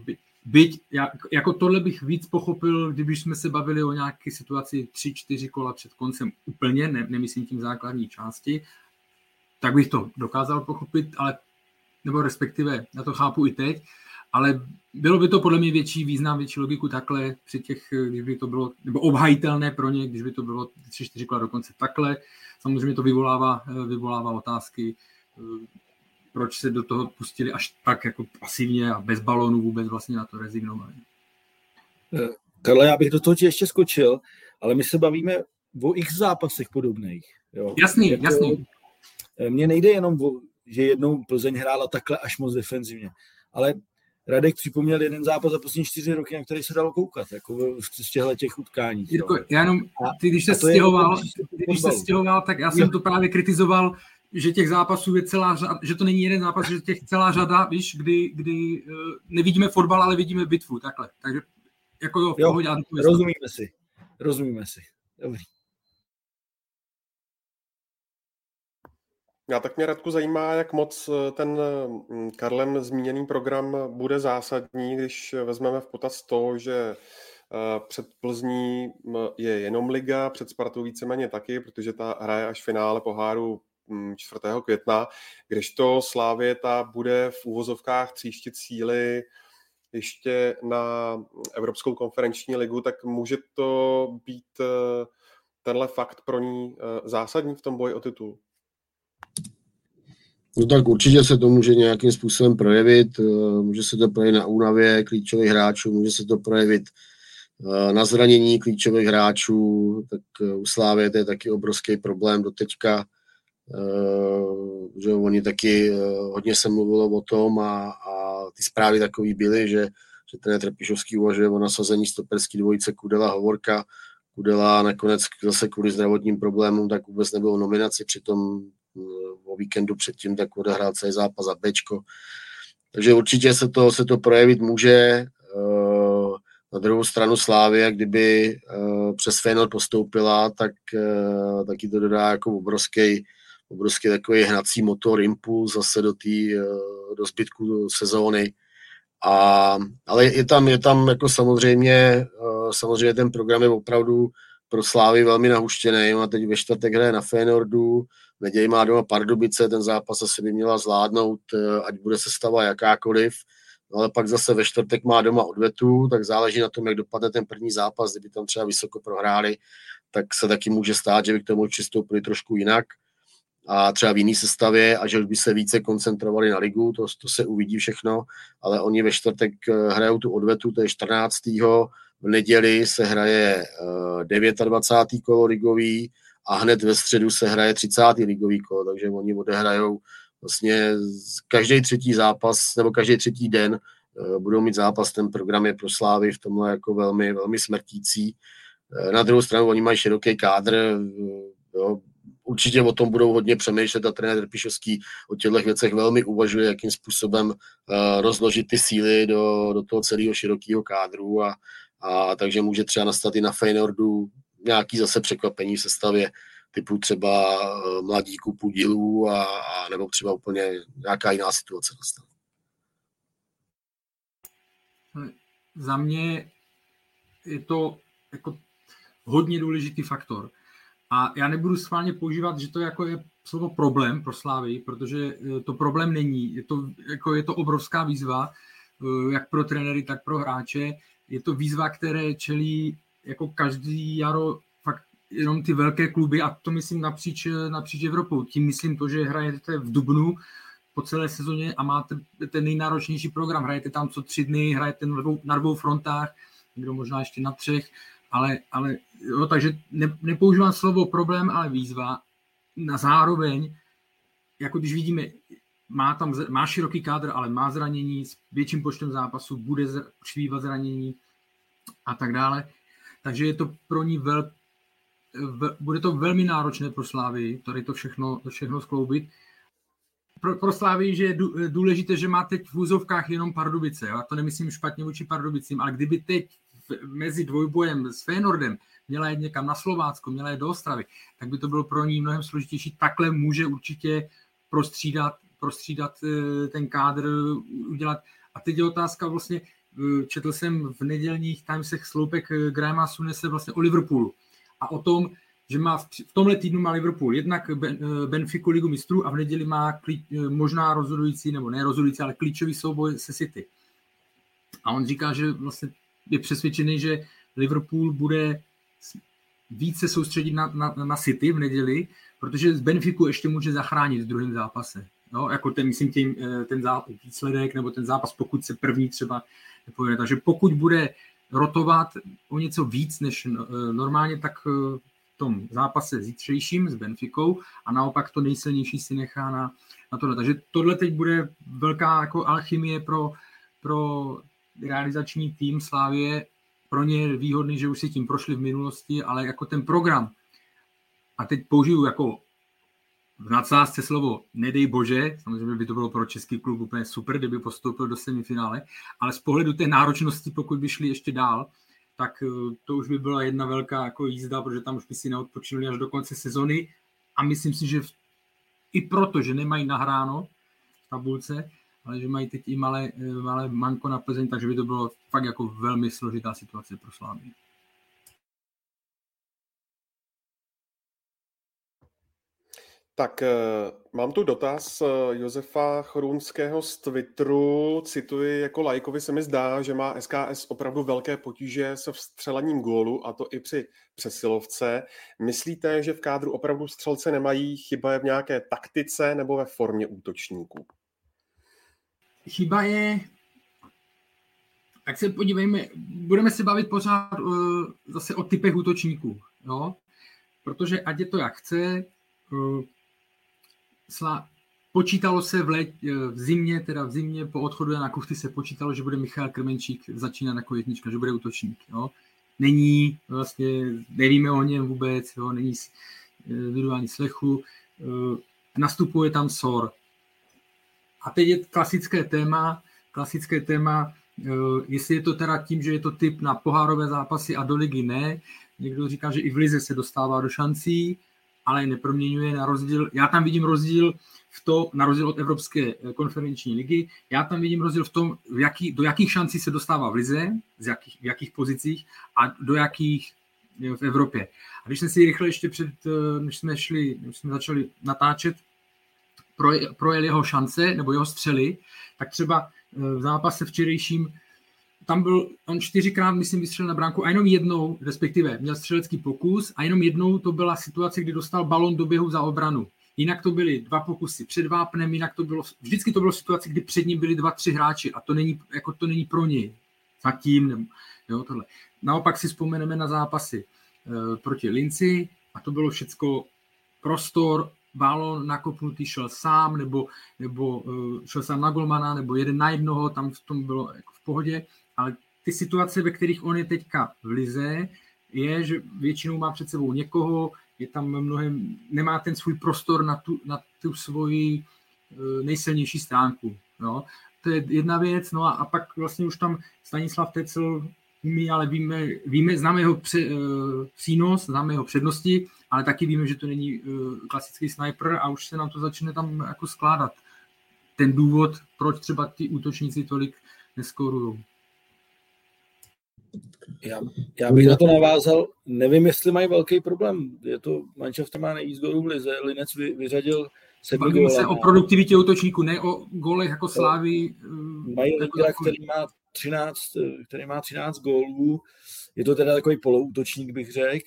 byť, já, jako tohle bych víc pochopil, kdybyž jsme se bavili o nějaké situaci tři, čtyři kola před koncem úplně, ne, nemyslím tím základní části, tak bych to dokázal pochopit, ale, nebo respektive, já to chápu i teď, ale bylo by to podle mě větší význam, větší logiku takhle, při těch, když by to bylo, nebo obhajitelné pro ně, když by to bylo tři, čtyři kola dokonce takhle. Samozřejmě to vyvolává, vyvolává otázky, proč se do toho pustili až tak jako pasivně a bez balónu vůbec vlastně na to rezignovali. Karle, já bych do toho ještě skočil, ale my se bavíme o x zápasech podobných. Jo. Jasný, jako, jasný. Mně nejde jenom o, že jednou Plzeň hrála takhle až moc defenzivně, ale Radek připomněl jeden zápas za poslední čtyři roky, na který se dalo koukat, jako z těchto těch utkání. Jirko, já jenom, ty, když se stěhoval, když se stěhoval, tak já jsem jo. to právě kritizoval, že těch zápasů je celá řada, že to není jeden zápas, že těch celá řada, víš, kdy, kdy uh, nevidíme fotbal, ale vidíme bitvu, takhle. Takže jako jo, v jo pohodě. rozumíme si, rozumíme si. Dobrý. Já tak mě, Radku, zajímá, jak moc ten Karlem zmíněný program bude zásadní, když vezmeme v potaz to, že před Plzní je jenom liga, před Spartou víceméně taky, protože ta hraje až finále poháru čtvrtého května, kdežto Slavie ta bude v úvozovkách tříštit síly ještě na Evropskou konferenční ligu, tak může to být tenhle fakt pro ní zásadní v tom boji o titul? No tak určitě se to může nějakým způsobem projevit, může se to projevit na únavě klíčových hráčů, může se to projevit na zranění klíčových hráčů, tak u Slávie to je taky obrovský problém doteďka, že oni taky hodně se mluvilo o tom a, a ty zprávy takový byly, že, že trenér Trpišovský uvažuje o nasazení stoperský dvojice Kudela Hovorka. Kudela nakonec zase kvůli zdravotním problémům tak vůbec nebyl v nominaci, přitom o víkendu předtím tak odehrál celý zápas za Bčko. Takže určitě se to, se to projevit může. Na druhou stranu Slavie, kdyby přes Feyenoord postoupila, tak taky to dodá jako obrovský, obrovský takový hnací motor, impuls zase do, tý, do zbytku sezóny. A, ale je tam, je tam jako samozřejmě, samozřejmě ten program je opravdu pro Slávy velmi nahuštěný. A teď ve čtvrtek hraje na Feyenoordu, v neděli má doma Pardubice, ten zápas asi by měla zvládnout, ať bude sestava jakákoliv. No ale pak zase ve čtvrtek má doma odvetu, tak záleží na tom, jak dopadne ten první zápas. Kdyby tam třeba vysoko prohráli, tak se taky může stát, že by k tomu přistoupili trošku jinak a třeba v jiný sestavě a že už by se více koncentrovali na ligu, to, to se uvidí všechno, ale oni ve čtvrtek hrajou tu odvetu, to je čtrnáctého V neděli se hraje dvacátého devátého kolo ligový a hned ve středu se hraje třicátého ligový kolo, takže oni odehrajou vlastně každý třetí zápas nebo každý třetí den budou mít zápas, ten program je pro Slávy v tomhle jako velmi, velmi smrtící. Na druhou stranu oni mají široký kádr, jo, určitě o tom budou hodně přemýšlet a trenér Trpišovský o těchto věcech velmi uvažuje, jakým způsobem uh, rozložit ty síly do, do toho celého širokého kádru a, a takže může třeba nastat i na Feyenoordu nějaký zase překvapení v sestavě typu třeba uh, mladíků Pudilů a, a nebo třeba úplně nějaká jiná situace nastane. Za mě je to jako hodně důležitý faktor. A já nebudu schválně používat, že to jako je slovo problém pro Slávy, protože to problém není. Je to, jako je to obrovská výzva, jak pro trenéry, tak pro hráče. Je to výzva, které čelí jako každý jaro fakt jenom ty velké kluby a to myslím napříč, napříč Evropou. Tím myslím to, že hrajete v dubnu po celé sezóně a máte ten nejnáročnější program. Hrajete tam co tři dny, hrajete na dvou, na dvou frontách, někdo možná ještě na třech. Ale, ale jo, takže ne, nepoužívám slovo problém, ale výzva. Na zároveň, jako když vidíme, má tam má široký kádr, ale má zranění, s větším počtem zápasů bude přibývat zranění a tak dále. Takže je to pro ní vel, v, bude to velmi náročné pro Slávii, tady to všechno, to všechno skloubit. Pro, pro Slávii, že je důležité, že má teď v úzovkách jenom Pardubice. Já to nemyslím špatně vůči Pardubicím, ale kdyby teď mezi dvojbojem s Feyenoordem měla jít někam na Slovácko, měla jít do Ostravy, tak by to bylo pro ní mnohem složitější. Takhle může určitě prostřídat, prostřídat ten kádr, udělat. A teď je otázka vlastně, četl jsem v nedělních Timesech sloupek Grahama Sunese vlastně o Liverpoolu a o tom, že má v, v tomhle týdnu má Liverpool jednak ben, Benfiku ligu mistrů a v neděli má klí, možná rozhodující, nebo ne rozhodující, ale klíčový souboj se City. A on říká, že vlastně je přesvědčený, že Liverpool bude více soustředit na, na, na City v neděli, protože z Benfiku ještě může zachránit v druhém zápase. No, jako ten, myslím, tím, ten zápas, výsledek nebo ten zápas, pokud se první třeba nepovede. Takže pokud bude rotovat o něco víc než normálně, tak v tom zápase zítřejším s Benficou a naopak to nejsilnější si nechá na, na tohle. Takže tohle teď bude velká jako alchymie pro, pro realizační tým Slavie. Pro ně je výhodný, že už si tím prošli v minulosti, ale jako ten program, a teď použiju jako v nadsázce slovo nedej bože, samozřejmě by to bylo pro český klub úplně super, kdyby postoupil do semifinále, ale z pohledu té náročnosti, pokud by šli ještě dál, tak to už by byla jedna velká jako jízda, protože tam už by si neodpočinuli až do konce sezony a myslím si, že v, i proto, že nemají nahráno v tabulce, ale že mají teď i malé, malé manko na Plzeň, takže by to bylo fakt jako velmi složitá situace pro Slavii. Tak mám tu dotaz Josefa Chorunského z Twitteru. Cituji, jako laikovi se mi zdá, že má S K S opravdu velké potíže se vstřelením gólu, a to i při přesilovce. Myslíte, že v kádru opravdu střelce nemají, chyba je v nějaké taktice nebo ve formě útočníků? Chyba je, tak se podívejme, budeme se bavit pořád uh, zase o typech útočníků, jo? Protože ať je to jak chce, uh, Sla, počítalo se v, let, v zimě, teda v zimě po odchodu Jana Kuchty se počítalo, že bude Michal Krmenčík začínat jako jednička, že bude útočník. Jo? Není, vlastně nevíme o něm vůbec, jo? Není vydávání slechu, nastupuje tam Sor. A teď je klasické téma, klasické téma, jestli je to teda tím, že je to typ na pohárové zápasy a do ligy ne. Někdo říká, že i v lize se dostává do šancí, ale neproměňuje na rozdíl. Já tam vidím rozdíl v tom, na rozdíl od Evropské konferenční ligy, já tam vidím rozdíl v tom, v jaký, do jakých šancí se dostává v lize, z jakých, v jakých pozicích a do jakých v Evropě. A když jsem si rychle ještě před, než jsme šli, než jsme začali natáčet, projel jeho šance nebo jeho střely, tak třeba v zápase včerejším tam byl, on čtyřikrát, myslím, vystřelil na bránku a jenom jednou, respektive měl střelecký pokus a jenom jednou to byla situace, kdy dostal balon do běhu za obranu. Jinak to byly dva pokusy před vápnem, jinak to bylo, vždycky to bylo situace, kdy před ním byli dva, tři hráči a to není, jako to není pro něj. Zatím, nebo, jo, tohle. Naopak si vzpomeneme na zápasy e, proti Linci a to bylo všecko prostor, balon nakopnutý šel sám, nebo, nebo e, šel sám na golmana, nebo jeden na jednoho, tam v tom bylo jako v pohodě. Ale ty situace, ve kterých on je teďka v lize, je, že většinou má před sebou někoho, je tam mnohem, nemá ten svůj prostor na tu, na tu svoji nejsilnější stránku. No. To je jedna věc, no a, a pak vlastně už tam Stanislav Tecl umí, ale víme, víme známe jeho pře, uh, přínos, známe jeho přednosti, ale taky víme, že to není uh, klasický sniper a už se nám to začne tam jako skládat. Ten důvod, proč třeba ty útočníci tolik neskorujou. Já, já bych na to navázal, nevím, jestli mají velký problém. Je to, Mannschaft má nejvíc gólů v lize, Linec vy, vyřadil sedmi gólů. Bavíme se o produktivitě útočníků, ne o gólech jako Slávy. Mají lídra, který má třináct, který má třináct gólů. Je to teda takový poloútočník, bych řekl.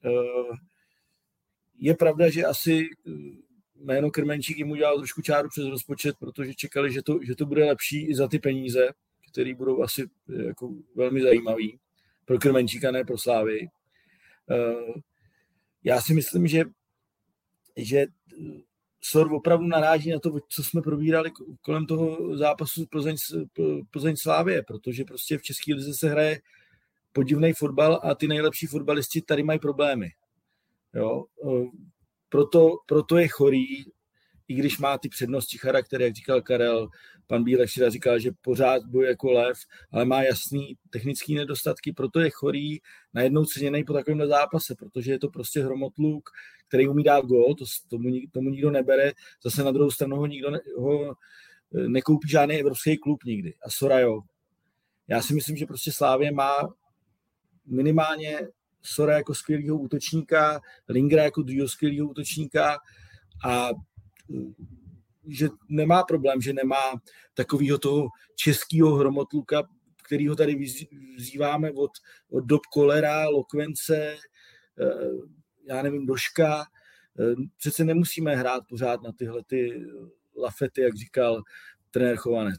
Je pravda, že asi jméno Krmenčík jim udělal trošku čáru přes rozpočet, protože čekali, že to, že to bude lepší i za ty peníze, které budou asi jako velmi zajímavý pro Krmenčíka, ne pro Slávy. Já si myslím, že, že Sor opravdu naráží na to, co jsme probírali kolem toho zápasu Plzeň, Plzeň Slávie, protože prostě v české lize se hraje podivný fotbal a ty nejlepší fotbalisti tady mají problémy. Jo? Proto, proto je chorý, i když má ty přednosti charakter, jak říkal Karel, pan Bílek včera říkal, že pořád bojuje jako lev, ale má jasný technický nedostatky, proto je chorý, najednou ceněnej po takovémhle zápase, protože je to prostě hromotluk, který umí dát gól, to, tomu, tomu nikdo nebere, zase na druhou stranu ho nikdo ne, ho nekoupí žádný evropský klub nikdy. A Sora jo. Já si myslím, že prostě Slavia má minimálně Sora jako skvělýho útočníka, Lingera jako druhého skvělýho útočníka a že nemá problém, že nemá takového toho českého hromotluka, kterýho tady vzýváme od, od dob Kolera, Lokvence, já nevím, Doška. Přece nemusíme hrát pořád na tyhle ty lafety, jak říkal trenér Chovanec.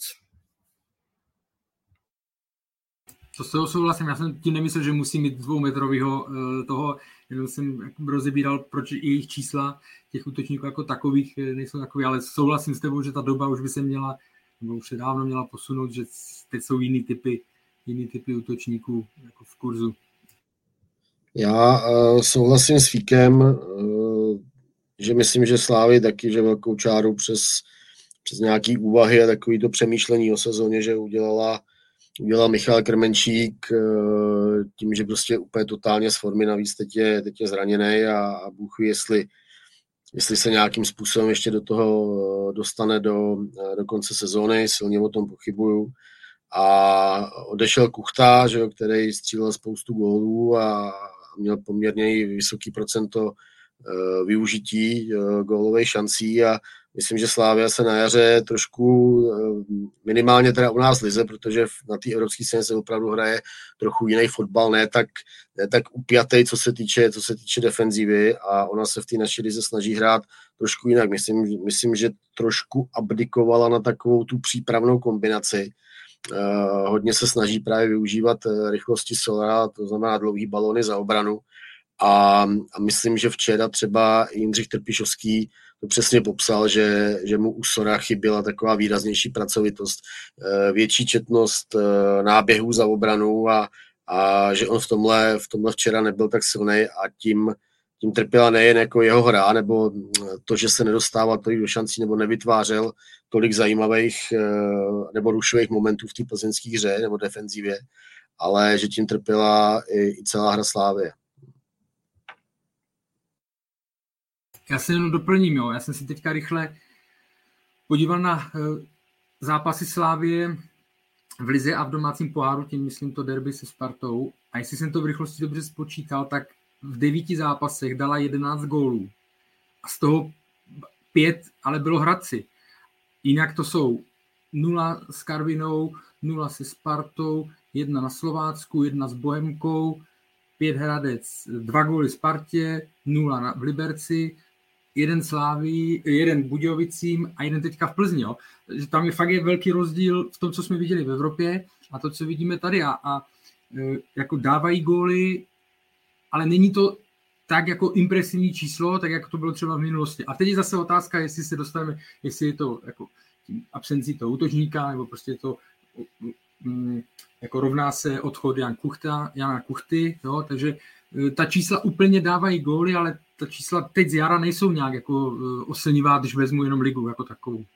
To s toho souhlasím, já jsem tím nemyslel, že musí mít dvoumetrovýho toho, jenom jsem rozebíral, proč jejich čísla těch útočníků jako takových nejsou takový, ale souhlasím s tebou, že ta doba už by se měla, nebo už se dávno měla posunout, že teď jsou jiný typy, jiný typy útočníků jako v kurzu. Já uh, souhlasím s Fíkem, uh, že myslím, že Slávy taky, že velkou čáru přes, přes nějaký úvahy a takový to přemýšlení o sezóně, že udělala udělal Michal Krmenčík tím, že prostě úplně totálně z formy, navíc teď je, teď je zraněný a, a Bůh ví, jestli, jestli se nějakým způsobem ještě do toho dostane do, do konce sezóny, silně o tom pochybuju. A odešel Kuchta, že jo, který střílel spoustu gólů a měl poměrně vysoký procento využití gólových šancí a myslím, že Slavia se na jaře trošku minimálně teda u nás lize, protože na té evropské scéně se opravdu hraje trochu jiný fotbal, ne tak, ne tak upjatej, co se týče, co se týče defenzívy a ona se v té naší lize snaží hrát trošku jinak. Myslím, myslím, že trošku abdikovala na takovou tu přípravnou kombinaci. Uh, hodně se snaží právě využívat rychlosti Solera, to znamená dlouhý balóny za obranu. A, a myslím, že včera třeba Jindřich Trpišovský to přesně popsal, že, že mu u Sora chyběla taková výraznější pracovitost, větší četnost náběhů za obranu a, a že on v tomhle, v tomhle včera nebyl tak silný a tím, tím trpěla nejen jako jeho hra, nebo to, že se nedostával tolik do šancí nebo nevytvářel tolik zajímavých nebo rušových momentů v té plzeňské hře nebo defenzivě, ale že tím trpěla i, i celá hra Slávie. Já se jenom doplním, jo. Já jsem si teďka rychle podíval na uh, zápasy Slávie v lize a v domácím poháru, tím myslím to derby se Spartou. A jestli jsem to v rychlosti dobře spočítal, tak v devíti zápasech dala jedenáct gólů. A z toho pět ale bylo Hradci. Jinak to jsou nula s Karvinou, nula se Spartou, jedna na Slovácku, jedna s Bohemkou, pět Hradec, dva góly Spartě, nula na, v Liberci, jeden Sláví, jeden Budějovicím a jeden teďka v Plzni. Jo. Tam je fakt je velký rozdíl v tom, co jsme viděli v Evropě a to, co vidíme tady. A, a jako dávají góly, ale není to tak jako impresivní číslo, tak jako to bylo třeba v minulosti. A teď je zase otázka, jestli se dostaneme, jestli je to jako absencí toho útočníka, nebo prostě je to jako rovná se odchod Jan Kuchta, Jana Kuchty, jo, takže ta čísla úplně dávají góly, ale ta čísla teď z jara nejsou nějak jako oslnivá, když vezmu jenom ligu jako takovou.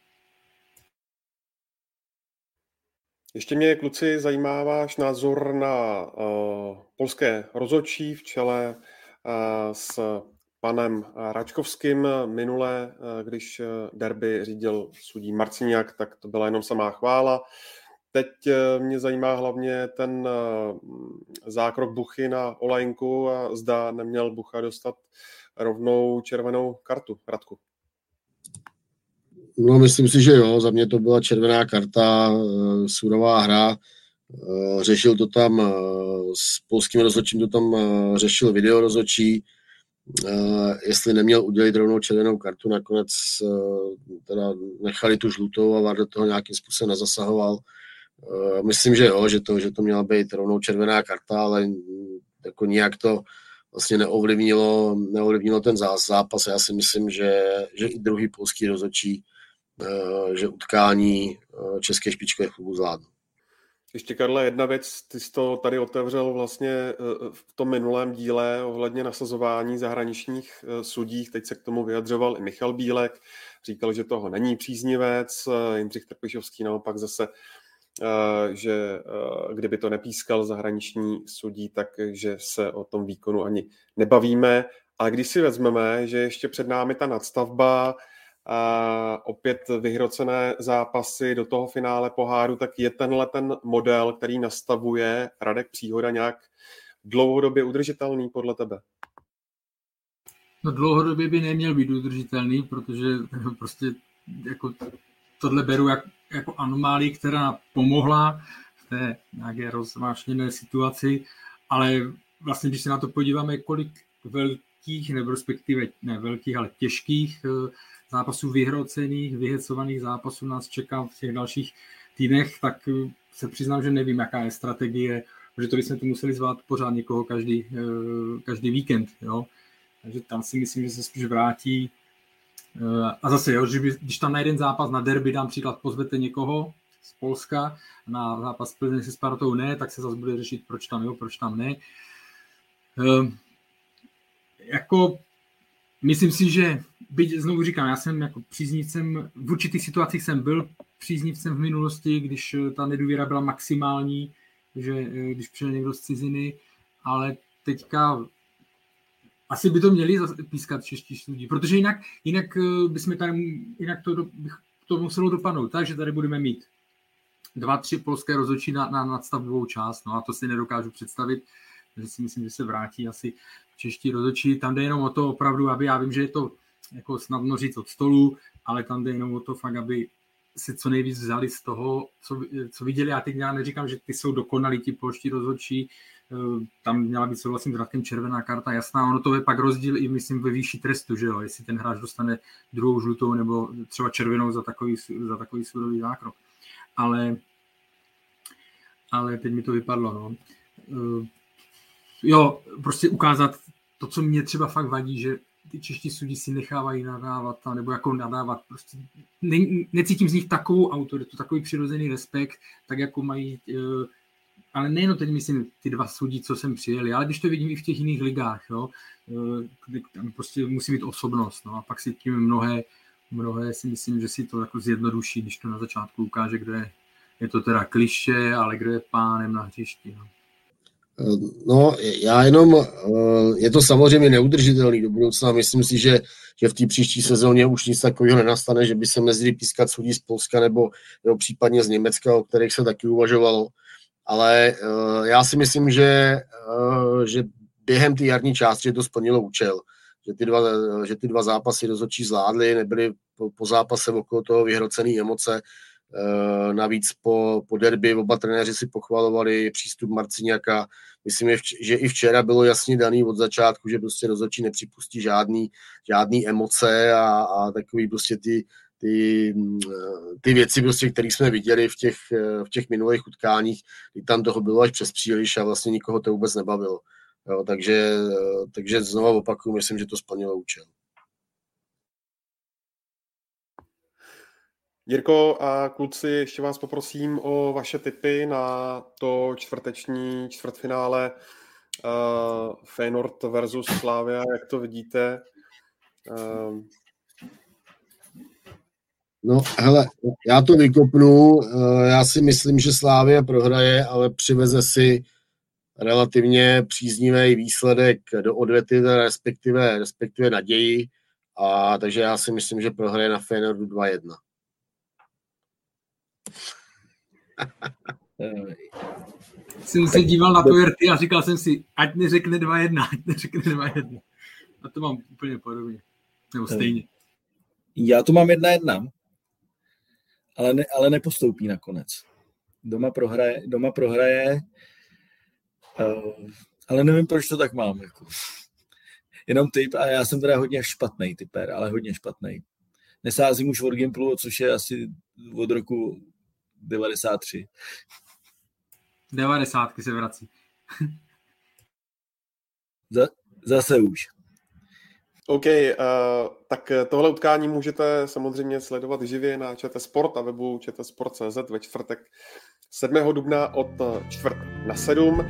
Ještě mě, kluci, zajímá váš názor na uh, polské rozhodčí v čele uh, s panem Račkovským. Minule, uh, když derby řídil sudí Marciniak, tak to byla jenom samá chvála. Teď mě zajímá hlavně ten zákrok Buchy na Olajnku a zda neměl Bucha dostat rovnou červenou kartu. Radku. No, myslím si, že jo. Za mě to byla červená karta, surová hra. Řešil to tam s polským rozhodčím, to tam řešil video rozhodčí. Jestli neměl udělit rovnou červenou kartu, nakonec teda nechali tu žlutou a V A R do toho nějakým způsobem nezasahoval. Myslím, že jo, že to, že to měla být rovnou červená karta, ale jako nijak to vlastně neovlivnilo, neovlivnilo ten zápas. Já si myslím, že, že i druhý polský rozhodčí, že utkání české špičkové klubu zvládnu. Ještě, Karle, jedna věc, ty jsi to tady otevřel vlastně v tom minulém díle ohledně nasazování zahraničních sudí. Teď se k tomu vyjadřoval i Michal Bílek, říkal, že toho není příznivec, Jindřich Trpišovský naopak zase, že kdyby to nepískal zahraniční sudí, takže se o tom výkonu ani nebavíme. Ale když si vezmeme, že ještě před námi ta nadstavba, a opět vyhrocené zápasy do toho finále poháru, tak je tenhle ten model, který nastavuje Radek Příhoda, nějak dlouhodobě udržitelný podle tebe? No dlouhodobě by neměl být udržitelný, protože prostě jako tohle beru jak, jako anomálii, která pomohla v té nějaké rozvášněné situaci, ale vlastně, když se na to podíváme, kolik velkých, nebo respektive ne velkých, ale těžkých zápasů vyhrocených, vyhecovaných zápasů nás čeká v těch dalších týdnech, tak se přiznám, že nevím, jaká je strategie, protože to bychom tu museli zvát pořád někoho každý, každý víkend, jo. Takže tam si myslím, že se spíš vrátí. A zase, jo, že by, když tam na jeden zápas na derby, dám příklad, pozvete někoho z Polska, na zápas Plzeň se Spartou ne, tak se zase bude řešit, proč tam jo, proč tam ne. E, jako, myslím si, že byť, znovu říkám, já jsem jako příznivcem, v určitých situacích jsem byl příznivcem v minulosti, když ta nedůvěra byla maximální, že když přijel někdo z ciziny, ale teďka asi by to měli pískat čeští lidí, protože jinak, jinak bychom tady, jinak to, to muselo dopadnout tak, že tady budeme mít dva, tři polské rozhodčí na, na nadstavbovou část, no a to si nedokážu představit, že si myslím, že se vrátí asi čeští rozhodčí, tam jde jenom o to opravdu, aby, já vím, že je to jako snadno říct od stolu, ale tam jde jenom o to fakt, aby si co nejvíc vzali z toho, co, co viděli, já teď já neříkám, že ty jsou dokonalí, ti polští rozhodčí, tam měla být souhlasím s Radkem červená karta, jasná, ono to je pak rozdíl i myslím ve výši trestu, že jo, jestli ten hráč dostane druhou žlutou nebo třeba červenou za takový, za takový sudový zákrok. Ale, ale teď mi to vypadlo, no. Jo, prostě ukázat to, co mě třeba fakt vadí, že ty čeští sudí si nechávají nadávat, nebo jako nadávat, prostě ne, necítím z nich takovou autoritu, takový přirozený respekt, tak jako mají, ale nejen teď myslím ty dva sudí, co sem přijeli, ale když to vidím i v těch jiných ligách, jo, tam prostě musí být osobnost, no a pak si tím mnohé, mnohé si myslím, že si to jako zjednoduší, když to na začátku ukáže, kdo je, je to teda klišé, ale kdo je pánem na hřišti, no. No, já jenom, je to samozřejmě neudržitelný do budoucna, myslím si, že, že v té příští sezóně už nic takového nenastane, že by se mezili pískat sudí z Polska nebo, nebo případně z Německa, o kterých se taky uvažovalo, ale já si myslím, že, že během té jarní části to splnilo účel, že ty dva, že ty dva zápasy rozhodčí zvládly, nebyly po, po zápase okolo toho vyhrocený emoce. Navíc po, po derby oba trenéři si pochvalovali přístup Marciniaka. Myslím, že i včera bylo jasně daný od začátku, že prostě rozhodčí nepřipustí žádný, žádný emoce a, a takový prostě ty, ty, ty věci, prostě, které jsme viděli v těch, v těch minulých utkáních, kdy tam toho bylo až přes příliš a vlastně nikoho to vůbec nebavilo. Jo, takže, takže znovu opakuju, myslím, že to splnilo účel. Jirko a kluci, ještě vás poprosím o vaše tipy na to čtvrteční čtvrtfinále uh, Feyenoord versus Slavia, jak to vidíte? Uh... No, hele, já to vykopnu, uh, já si myslím, že Slavia prohraje, ale přiveze si relativně příznivý výsledek do odvety, respektive, respektive naději, a takže já si myslím, že prohraje na Feyenoordu dva jedna. Jsem se díval na to Jerty a říkal jsem si, ať neřekne dva jedna, ať neřekne dva jedna. A to mám úplně podobně. Nebo stejně. Já to mám jedna jedna, ale, ne, ale nepostoupí nakonec. Doma prohraje, doma prohraje uh, ale nevím, proč to tak mám. Jako. Jenom typ, a já jsem teda hodně špatnej typer, ale hodně špatnej. Nesázím už od Gimplu, což je asi od roku devadesát tři. devadesátky se vrací. Zase už. OK, uh, tak tohle utkání můžete samozřejmě sledovat živě na ČT Sport a webu čtsport tečka cz ve čtvrtek sedmého dubna od čtvrt na sedm.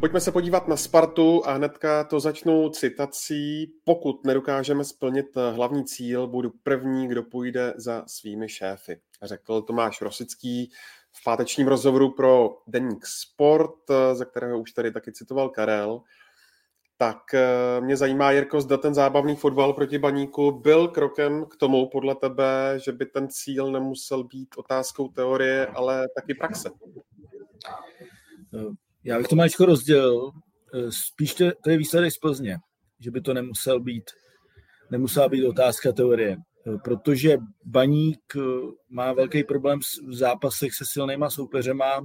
pojďme se podívat na Spartu a hnedka to začnu citací. Pokud nedokážeme splnit hlavní cíl, budu první, kdo půjde za svými šéfy. Řekl Tomáš Rosický v pátečním rozhovoru pro deník Sport, ze kterého už tady taky citoval Karel. Tak mě zajímá, Jirko, zda ten zábavný fotbal proti Baníku byl krokem k tomu, podle tebe, že by ten cíl nemusel být otázkou teorie, ale taky praxe. Já bych to maličko rozdělil. Spíš to, to je výsledek z Plzně, že by to nemusel být, nemusela být otázka teorie. Protože Baník má velký problém v zápasech se silnýma soupeřema.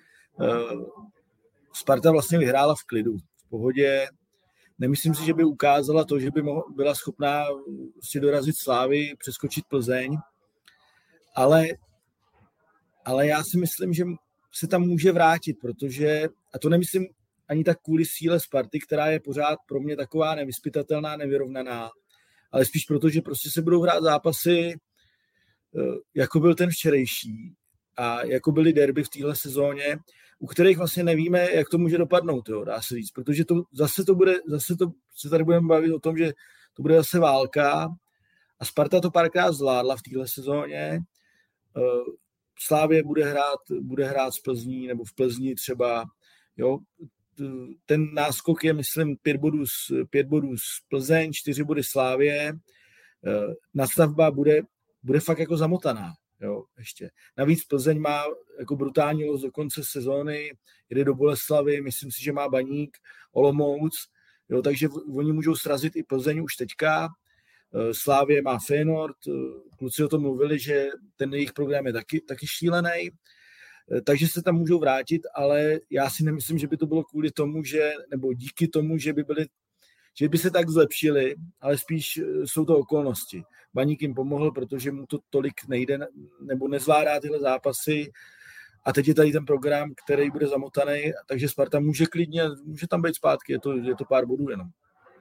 Sparta vlastně vyhrála v klidu, v pohodě. Nemyslím si, že by ukázala to, že by byla schopná si dorazit Slávy, přeskočit Plzeň, ale, ale já si myslím, že se tam může vrátit, protože, a to nemyslím ani tak kvůli síle Sparty, která je pořád pro mě taková nevyzpytatelná, nevyrovnaná, ale spíš proto, že prostě se budou hrát zápasy, jako byl ten včerejší a jako byly derby v téhle sezóně, u kterých vlastně nevíme, jak to může dopadnout, jo, dá se říct, protože to, zase to bude, zase to se tady budeme bavit o tom, že to bude zase válka a Sparta to párkrát zvládla v téhle sezóně. Slávě bude hrát, bude hrát z Plzní nebo v Plzni třeba, jo. Ten náskok je, myslím, pět bodů z, pět bodů z Plzeň, čtyři body Slávě. Nastavba bude, bude fakt jako zamotaná. Jo, ještě. Navíc Plzeň má jako brutální los do konce sezóny, jde do Boleslavy, myslím si, že má Baník, Olomouc, jo, takže oni můžou srazit i Plzeň už teďka. Slávě má Feyenoord, kluci o tom mluvili, že ten jejich program je taky, taky šílený, takže se tam můžou vrátit, ale já si nemyslím, že by to bylo kvůli tomu, že, nebo díky tomu, že by byli, že by se tak zlepšili, ale spíš jsou to okolnosti. Baník jim pomohl, protože mu to tolik nejde, nebo nezvládá tyhle zápasy a teď je tady ten program, který bude zamotaný, takže Sparta může klidně, může tam být zpátky, je to, je to pár bodů jenom.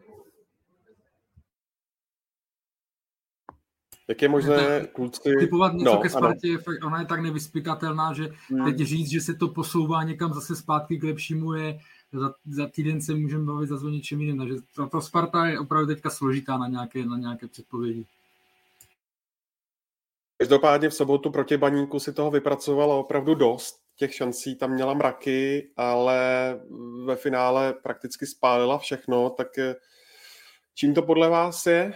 Jak je možné, kluci... Typovat něco no, ke Spartě, je fakt, ona je tak nevyspytatelná, že hmm. teď říct, že se to posouvá někam zase zpátky k lepšímu je, za, za týden se můžeme bavit zase o něčem jiném, takže ta, ta Sparta je opravdu teďka složitá na nějaké, na nějaké předpovědi. Každopádně v sobotu proti Baníku si toho vypracovala opravdu dost, těch šancí tam měla mraky, ale ve finále prakticky spálila všechno, tak čím to podle vás je?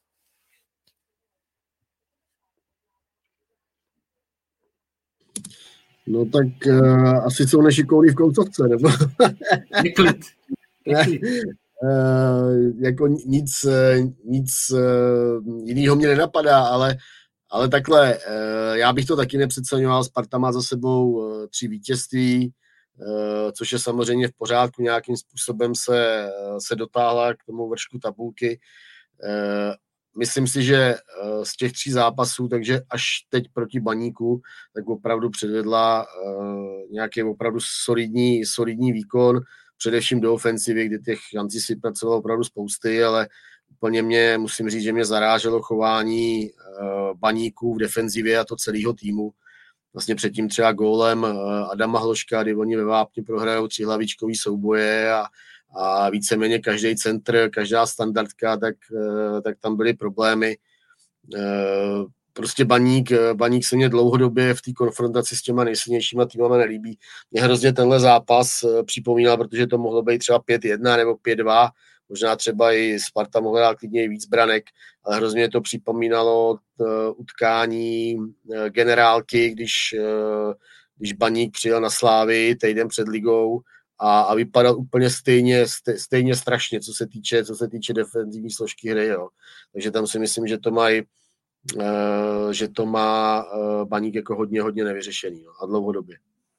No tak uh, asi jsou nešikovný v koncovce, nebo? Neklid. Neklid. Uh, jako nic, nic uh, jinýho mě nenapadá, ale, ale takhle, uh, já bych to taky nepřeceňoval, Sparta má za sebou uh, tři vítězství, uh, což je samozřejmě v pořádku, nějakým způsobem se, uh, se dotáhla k tomu vršku tabulky. Uh, Myslím si, že z těch tří zápasů, takže až teď proti Baníku, tak opravdu předvedla nějaký opravdu solidní, solidní výkon, především do ofenzivy, kdy těch šancí si pracovalo opravdu spousty, ale úplně mě, musím říct, že mě zaráželo chování Baníku v defenzivě a to celého týmu. Vlastně předtím třeba gólem Adama Hloška, kdy oni ve Vápni prohrajou tři hlavičkový souboje a a víceméně každý centr, každá standardka, tak, tak tam byly problémy. Prostě Baník, Baník se mě dlouhodobě v té konfrontaci s těma nejsilnějšíma týmama nelíbí. Mě hrozně tenhle zápas připomínal, protože to mohlo být třeba pět jedna nebo pět dva, možná třeba i Sparta mohla dát klidně i víc branek, ale hrozně to připomínalo utkání generálky, když, když Baník přijel na Slávy týden před ligou, A, a vypadal úplně stejně, stejně strašně, co se týče, co se týče defenzivní složky hry. Jo. Takže tam si myslím, že to, mají, uh, že to má uh, Baník jako hodně, hodně nevyřešený jo, a dlouhodobě.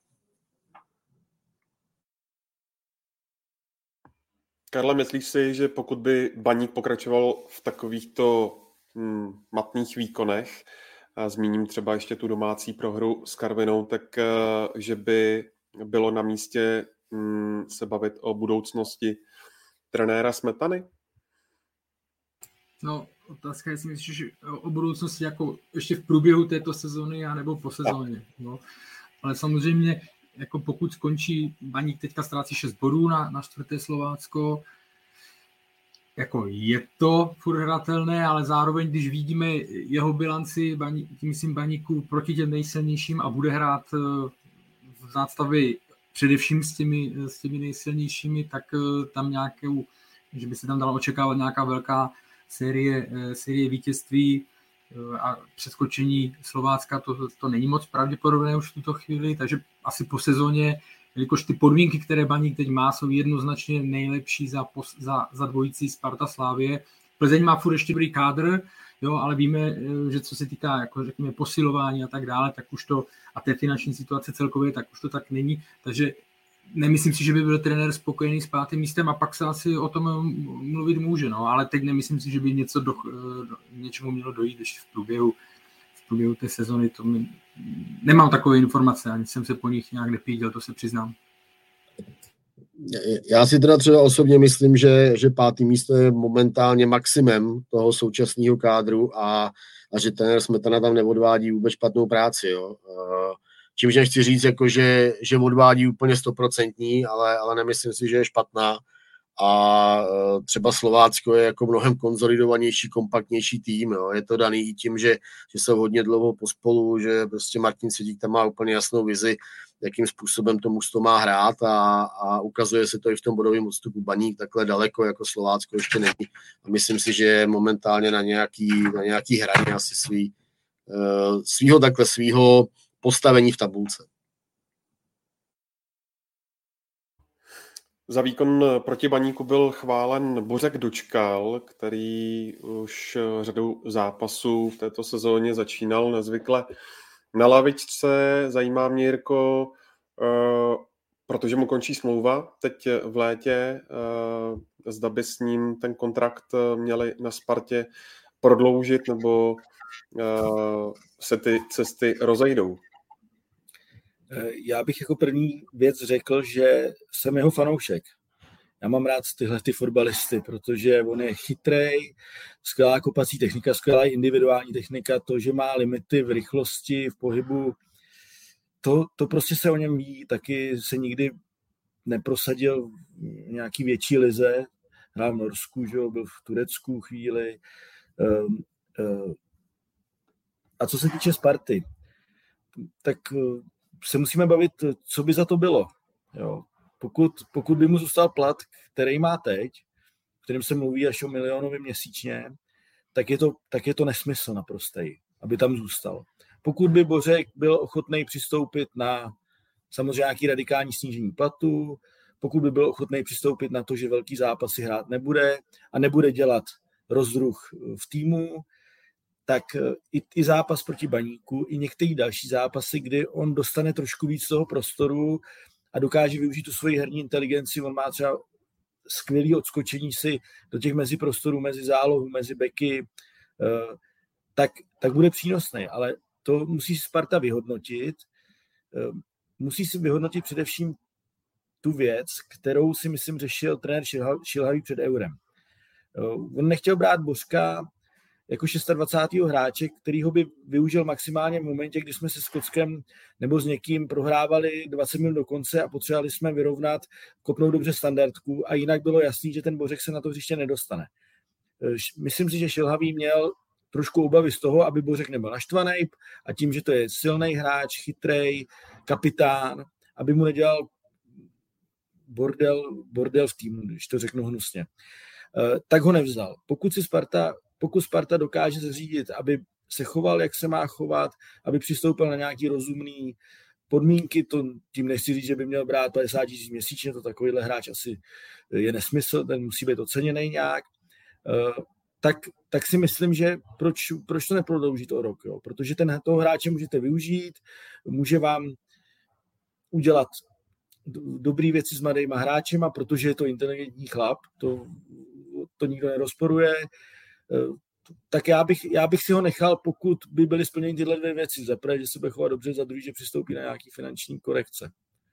Karle, myslíš si, že pokud by Baník pokračoval v takovýchto hm, matných výkonech, a zmíním třeba ještě tu domácí prohru s Karvinou, tak uh, že by bylo na místě se bavit o budoucnosti trenéra Smetany? No, otázka je, jestli myslíš o budoucnosti jako ještě v průběhu této sezóny a nebo po sezóně. No. Ale samozřejmě jako pokud skončí, Baník teďka ztrácí šest bodů na, na čtvrté Slovácko, jako je to furt hratelné, ale zároveň, když vidíme jeho bilanci, baní, myslím Baníku, proti těm nejsilnějším a bude hrát v nástavě především s těmi, s těmi nejsilnějšími, tak tam nějakou, že by se tam dalo očekávat nějaká velká série, série vítězství a přeskočení Slovácka, to, to není moc pravděpodobné už v tuto chvíli, takže asi po sezóně, jelikož ty podmínky, které Baník teď má, jsou jednoznačně nejlepší za, za, za dvojicí Sparta Slavie. Plzeň má furt ještě dobrý kádr, jo, ale víme, že co se týká jako řekněme, posilování a tak dále, tak už to, a té finanční situace celkově, tak už to tak není. Takže nemyslím si, že by byl trenér spokojený s pátým místem a pak se asi o tom mluvit může, no, ale teď nemyslím si, že by něco do, do, něčemu mělo dojít, když v průběhu, v průběhu té sezony to mi, nemám takové informace, ani jsem se po nich nějak nepíděl, to se přiznám. Já si teda třeba osobně myslím, že, že pátý místo je momentálně maximum toho současného kádru a, a že trenér Smetana tam neodvádí vůbec špatnou práci. Jo. Čímž nechci říct, jako že, že odvádí úplně stoprocentní, ale, ale nemyslím si, že je špatná. A třeba Slovácko je jako mnohem konzolidovanější, kompaktnější tým. Jo. Je to daný i tím, že, že jsou hodně dlouho pospolu, že prostě Martin Svědík tam má úplně jasnou vizi, jakým způsobem to mužstvo má hrát a, a ukazuje se to i v tom bodovém odstupu. Baník takhle daleko jako Slovácko ještě není. A myslím si, že je momentálně na nějaký, na nějaký hraně asi svý, uh, svýho takhle svýho postavení v tabulce. Za výkon proti Baníku byl chválen Bořek Dočkal, který už řadu zápasů v této sezóně začínal nezvykle na lavičce. Zajímá mě, Jirko, protože mu končí smlouva teď v létě, zda by s ním ten kontrakt měli na Spartě prodloužit, nebo se ty cesty rozejdou. Já bych jako první věc řekl, že jsem jeho fanoušek. Já mám rád tyhle ty fotbalisty, protože on je chytrej, skvělá kopací technika, skvělá individuální technika, to, že má limity v rychlosti, v pohybu, to, to prostě se o něm ví, taky se nikdy neprosadil v nějaký větší lize, hrál v Norsku, že byl v Turecku chvíli. A co se týče Sparty, tak se musíme bavit, co by za to bylo. Jo. Pokud, pokud by mu zůstal plat, který má teď, v kterém se mluví až o milionově měsíčně, tak je to, tak je to nesmysl naprostej, aby tam zůstal. Pokud by Bořek byl ochotný přistoupit na samozřejmě nějaký radikální snížení platu, pokud by byl ochotný přistoupit na to, že velký zápasy hrát nebude a nebude dělat rozruch v týmu, tak i, i zápas proti Baníku, i některé další zápasy, kdy on dostane trošku víc toho prostoru a dokáže využít tu svoji herní inteligenci, on má třeba skvělý odskočení si do těch meziprostorů, mezi zálohu, mezi beky, tak, tak bude přínosný, ale to musí Sparta vyhodnotit. Musí si vyhodnotit především tu věc, kterou si myslím řešil trenér Šilhavý před Eurem. On nechtěl brát Bořka jako dvacátého šestého hráče, kterýho by využil maximálně v momentě, kdy jsme se s Kockem nebo s někým prohrávali dvacet minut do konce a potřebovali jsme vyrovnat, kopnout dobře standardku a jinak bylo jasný, že ten Bořek se na to hřiště nedostane. Myslím si, že Šilhavý měl trošku obavy z toho, aby Bořek nebyl naštvaný a tím, že to je silný hráč, chytrej, kapitán, aby mu nedělal bordel, bordel v týmu, když to řeknu hnusně. Tak ho nevzal. Pokud si Sparta Pokud Sparta dokáže zařídit, aby se choval, jak se má chovat, aby přistoupil na nějaký rozumný podmínky, to tím nechci říct, že by měl brát padesát tisíc měsíčně, to takovýhle hráč asi je nesmysl, ten musí být oceněný nějak, tak, tak si myslím, že proč, proč to neprodloužit o rok, jo? Protože ten, toho hráče můžete využít, může vám udělat dobré věci s mladýma hráčema, protože je to inteligentní chlap, to, to nikdo nerozporuje, tak já bych, já bych si ho nechal, pokud by byly splněny tyhle dvě věci. Za prvé, že se bude chovat dobře, za druhý, že přistoupí na nějaký finanční korekce.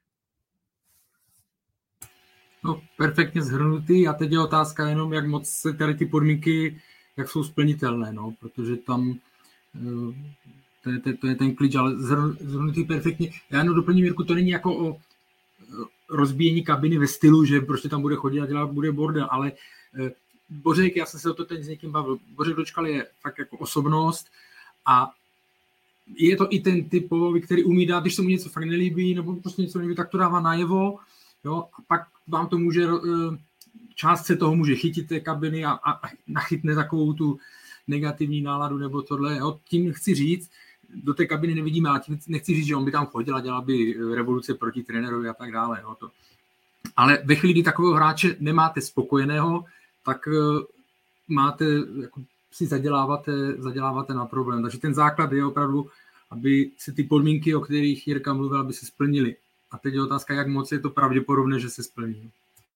No, perfektně shrnutý. A teď je otázka jenom, jak moc se tady ty podmínky, jak jsou splnitelné, no, protože tam To je, to, to je ten klíč, ale zhrnutý perfektně. Já jenom doplním, Jirku, to není jako o rozbíjení kabiny ve stylu, že prostě tam bude chodit a dělat, bude bordel, ale Bořek, já jsem se o to teď s někým bavil, Bořek Dočkal je fakt jako osobnost a je to i ten typový, který umí dát, když se mu něco fakt nelíbí, nebo prostě něco nelíbí, tak to dává najevo, jo, a pak vám to může, část se toho může chytit té kabiny a, a nachytne takovou tu negativní náladu nebo tohle, jo, tím chci říct, do té kabiny nevidíme, ale tím nechci říct, že on by tam chodil a dělal by revoluce proti trenérovi a tak dále, jo, to. Ale ve chvíli, kdy takového hráče nemáte spokojeného, tak máte, jako si zaděláváte, zaděláváte na problém. Takže ten základ je opravdu, aby se ty podmínky, o kterých Jirka mluvil, aby se splnily. A teď je otázka, jak moc je to pravděpodobné, že se splní.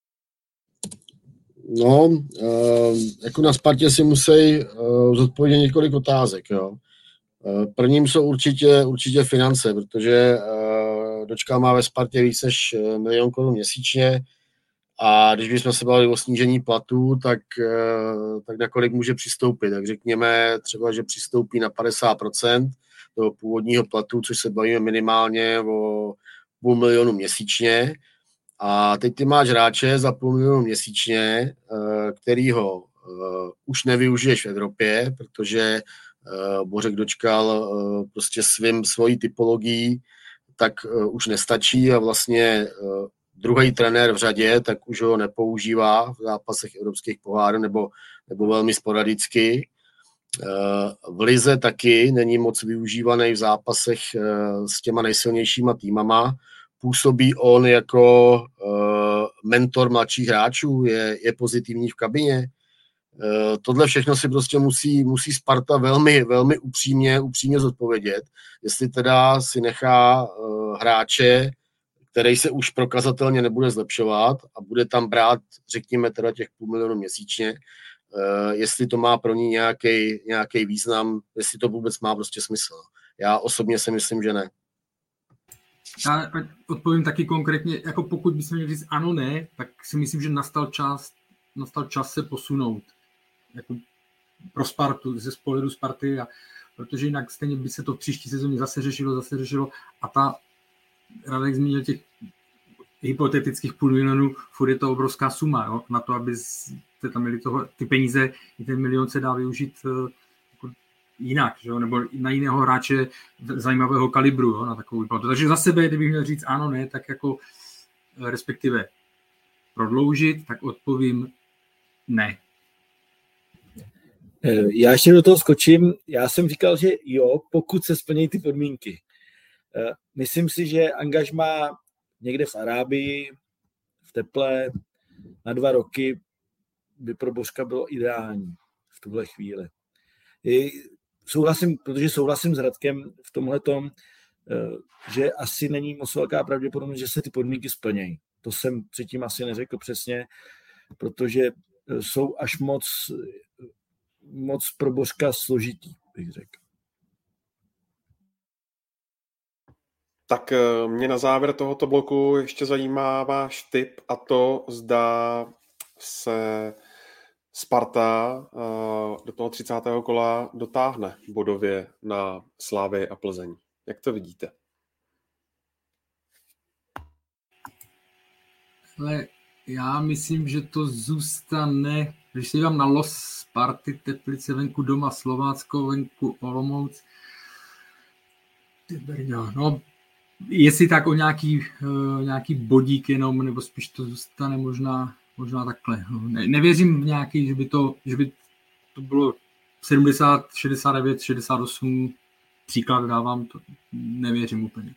No, jako na Spartě si musí zodpovědět několik otázek. Jo. Prvním jsou určitě, určitě finance, protože Dočkal má ve Spartě víc než milion korun měsíčně a když bychom se bavili o snížení platů, tak, tak na kolik může přistoupit. Tak řekněme třeba, že přistoupí na padesát procent toho původního platu, což se bavíme minimálně o půl milionu měsíčně. A teď ty máš hráče za půl milionu měsíčně, kterýho už nevyužiješ v Evropě, protože Bořek Dočkal prostě svým, svojí typologií tak už nestačí a vlastně druhý trenér v řadě, tak už ho nepoužívá v zápasech evropských pohárů nebo, nebo velmi sporadicky. V lize taky není moc využívaný v zápasech s těma nejsilnějšíma týmama. Působí on jako mentor mladších hráčů, je, je pozitivní v kabině. Tohle všechno si prostě musí, musí Sparta velmi, velmi upřímně, upřímně zodpovědět, jestli teda si nechá hráče, který se už prokazatelně nebude zlepšovat a bude tam brát, řekněme, teda těch půl milionu měsíčně, jestli to má pro ní nějaký, nějaký význam, jestli to vůbec má prostě smysl. Já osobně si myslím, že ne. Já odpovím taky konkrétně, jako pokud bychom měli říct ano, ne, tak si myslím, že nastal čas, nastal čas se posunout. Jako pro Spartu, ze pohledu Sparty, a protože jinak stejně by se to v příští sezóně zase řešilo, zase řešilo a ta, Radek zmínil těch hypotetických půl milionů, furt je to obrovská suma, jo, na to, aby jste tam měli toho, ty peníze, i ten milion se dá využít jako jinak, jo, nebo na jiného hráče zajímavého kalibru, jo, na takovou výplatu. Takže za sebe, kdybych měl říct ano, ne, tak jako respektive prodloužit, tak odpovím ne. Já ještě do toho skočím. Já jsem říkal, že jo, pokud se splní ty podmínky. Myslím si, že angažmá někde v Arábii, v teple, na dva roky by pro Bořka bylo ideální v tuhle chvíli. Souhlasím, protože souhlasím s Radkem v tomhletom, že asi není moc velká pravděpodobnost, že se ty podmínky splnějí. To jsem předtím asi neřekl přesně, protože jsou až moc moc pro Bořka složitý, bych řekl. Tak mě na závěr tohoto bloku ještě zajímá váš tip a to, zda se Sparta do toho třicátého kola dotáhne bodově na Slavii a Plzeň. Jak to vidíte? Ale já myslím, že to zůstane, když se dívám na los Sparty, Teplice, venku doma Slovácko, venku Olomouc. No, jestli tak o nějaký, uh, nějaký bodík jenom, nebo spíš to zůstane možná, možná takhle. No, ne, nevěřím v nějaký, že by to, že by to bylo sedmdesát, šedesát devět, šedesát osm, příklad dávám, to nevěřím úplně.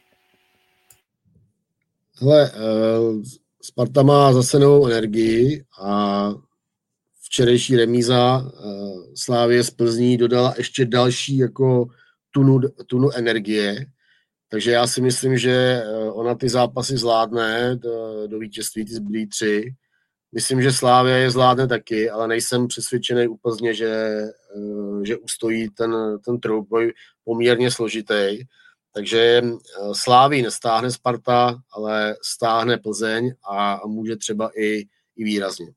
Hele, uh, Sparta má zase novou energii a včerejší remíza uh, Slavie z Plzní dodala ještě další jako tunu, tunu energie. Takže já si myslím, že ona ty zápasy zvládne do, do vítězství, ty zbylý tři. Myslím, že Slavie je zvládne taky, ale nejsem přesvědčený úplně, že, že ustojí ten, ten trojboj poměrně složitý. Takže Slavii nestáhne Sparta, ale stáhne Plzeň a může třeba i, i výrazně.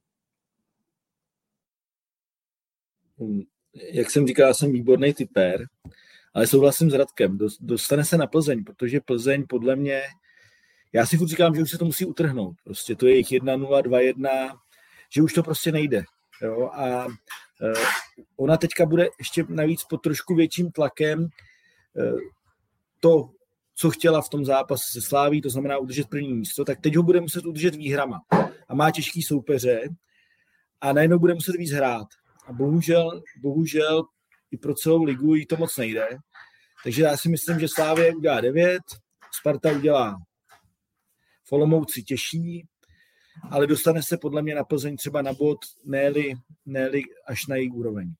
Jak jsem říkal, já jsem výborný tipér Ale souhlasím s Radkem, dostane se na Plzeň, protože Plzeň podle mě, já si furt říkám, že už se to musí utrhnout. Prostě to je jich jedna nula, dva jedna, že už to prostě nejde. Jo? A ona teďka bude ještě navíc pod trošku větším tlakem to, co chtěla v tom zápase se Sláví, to znamená udržet první místo, tak teď ho bude muset udržet výhrama. A má těžký soupeře a najednou bude muset víc hrát. A bohužel, bohužel i pro celou ligu jí to moc nejde. Takže já si myslím, že Slavia udělá devět, Sparta udělá v Olomouci těžší, ale dostane se podle mě na Plzeň třeba na bod, ne-li, ne-li až na její úroveň.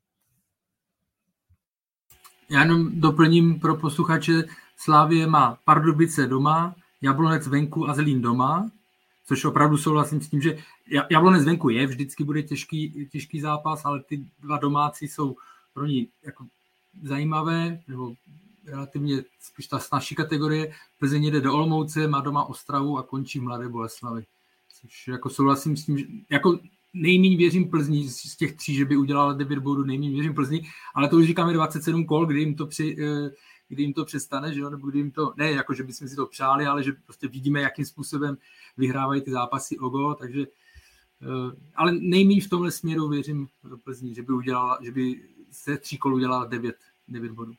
Já jenom doplním pro posluchače, Slavie má Pardubice doma, Jablonec venku a Zlín doma, což opravdu souhlasím s tím, že Jablonec venku je, vždycky bude těžký, těžký zápas, ale ty dva domácí jsou pro ní jako zajímavé, nebo relativně spíš ta snažší kategorie. Plzeň jede do Olomouce, má doma Ostravu a končí v Mladé Boleslavi. Což jako souhlasím s tím, že jako nejméně věřím Plzni z těch tří, že by udělala devět bodů, nejméně věřím Plzni, ale to už říkáme dvacet sedm kol, kdy jim to při, kdy jim to přestane, že jo, nebo kdy jim to, ne jako, že bychom si to přáli, ale že prostě vidíme, jakým způsobem vyhrávají ty zápasy o gól, takže ale nejméně v tomhle směru věřím Plzni, že by udělala, že by se tří kol udělala devět, devět bodů.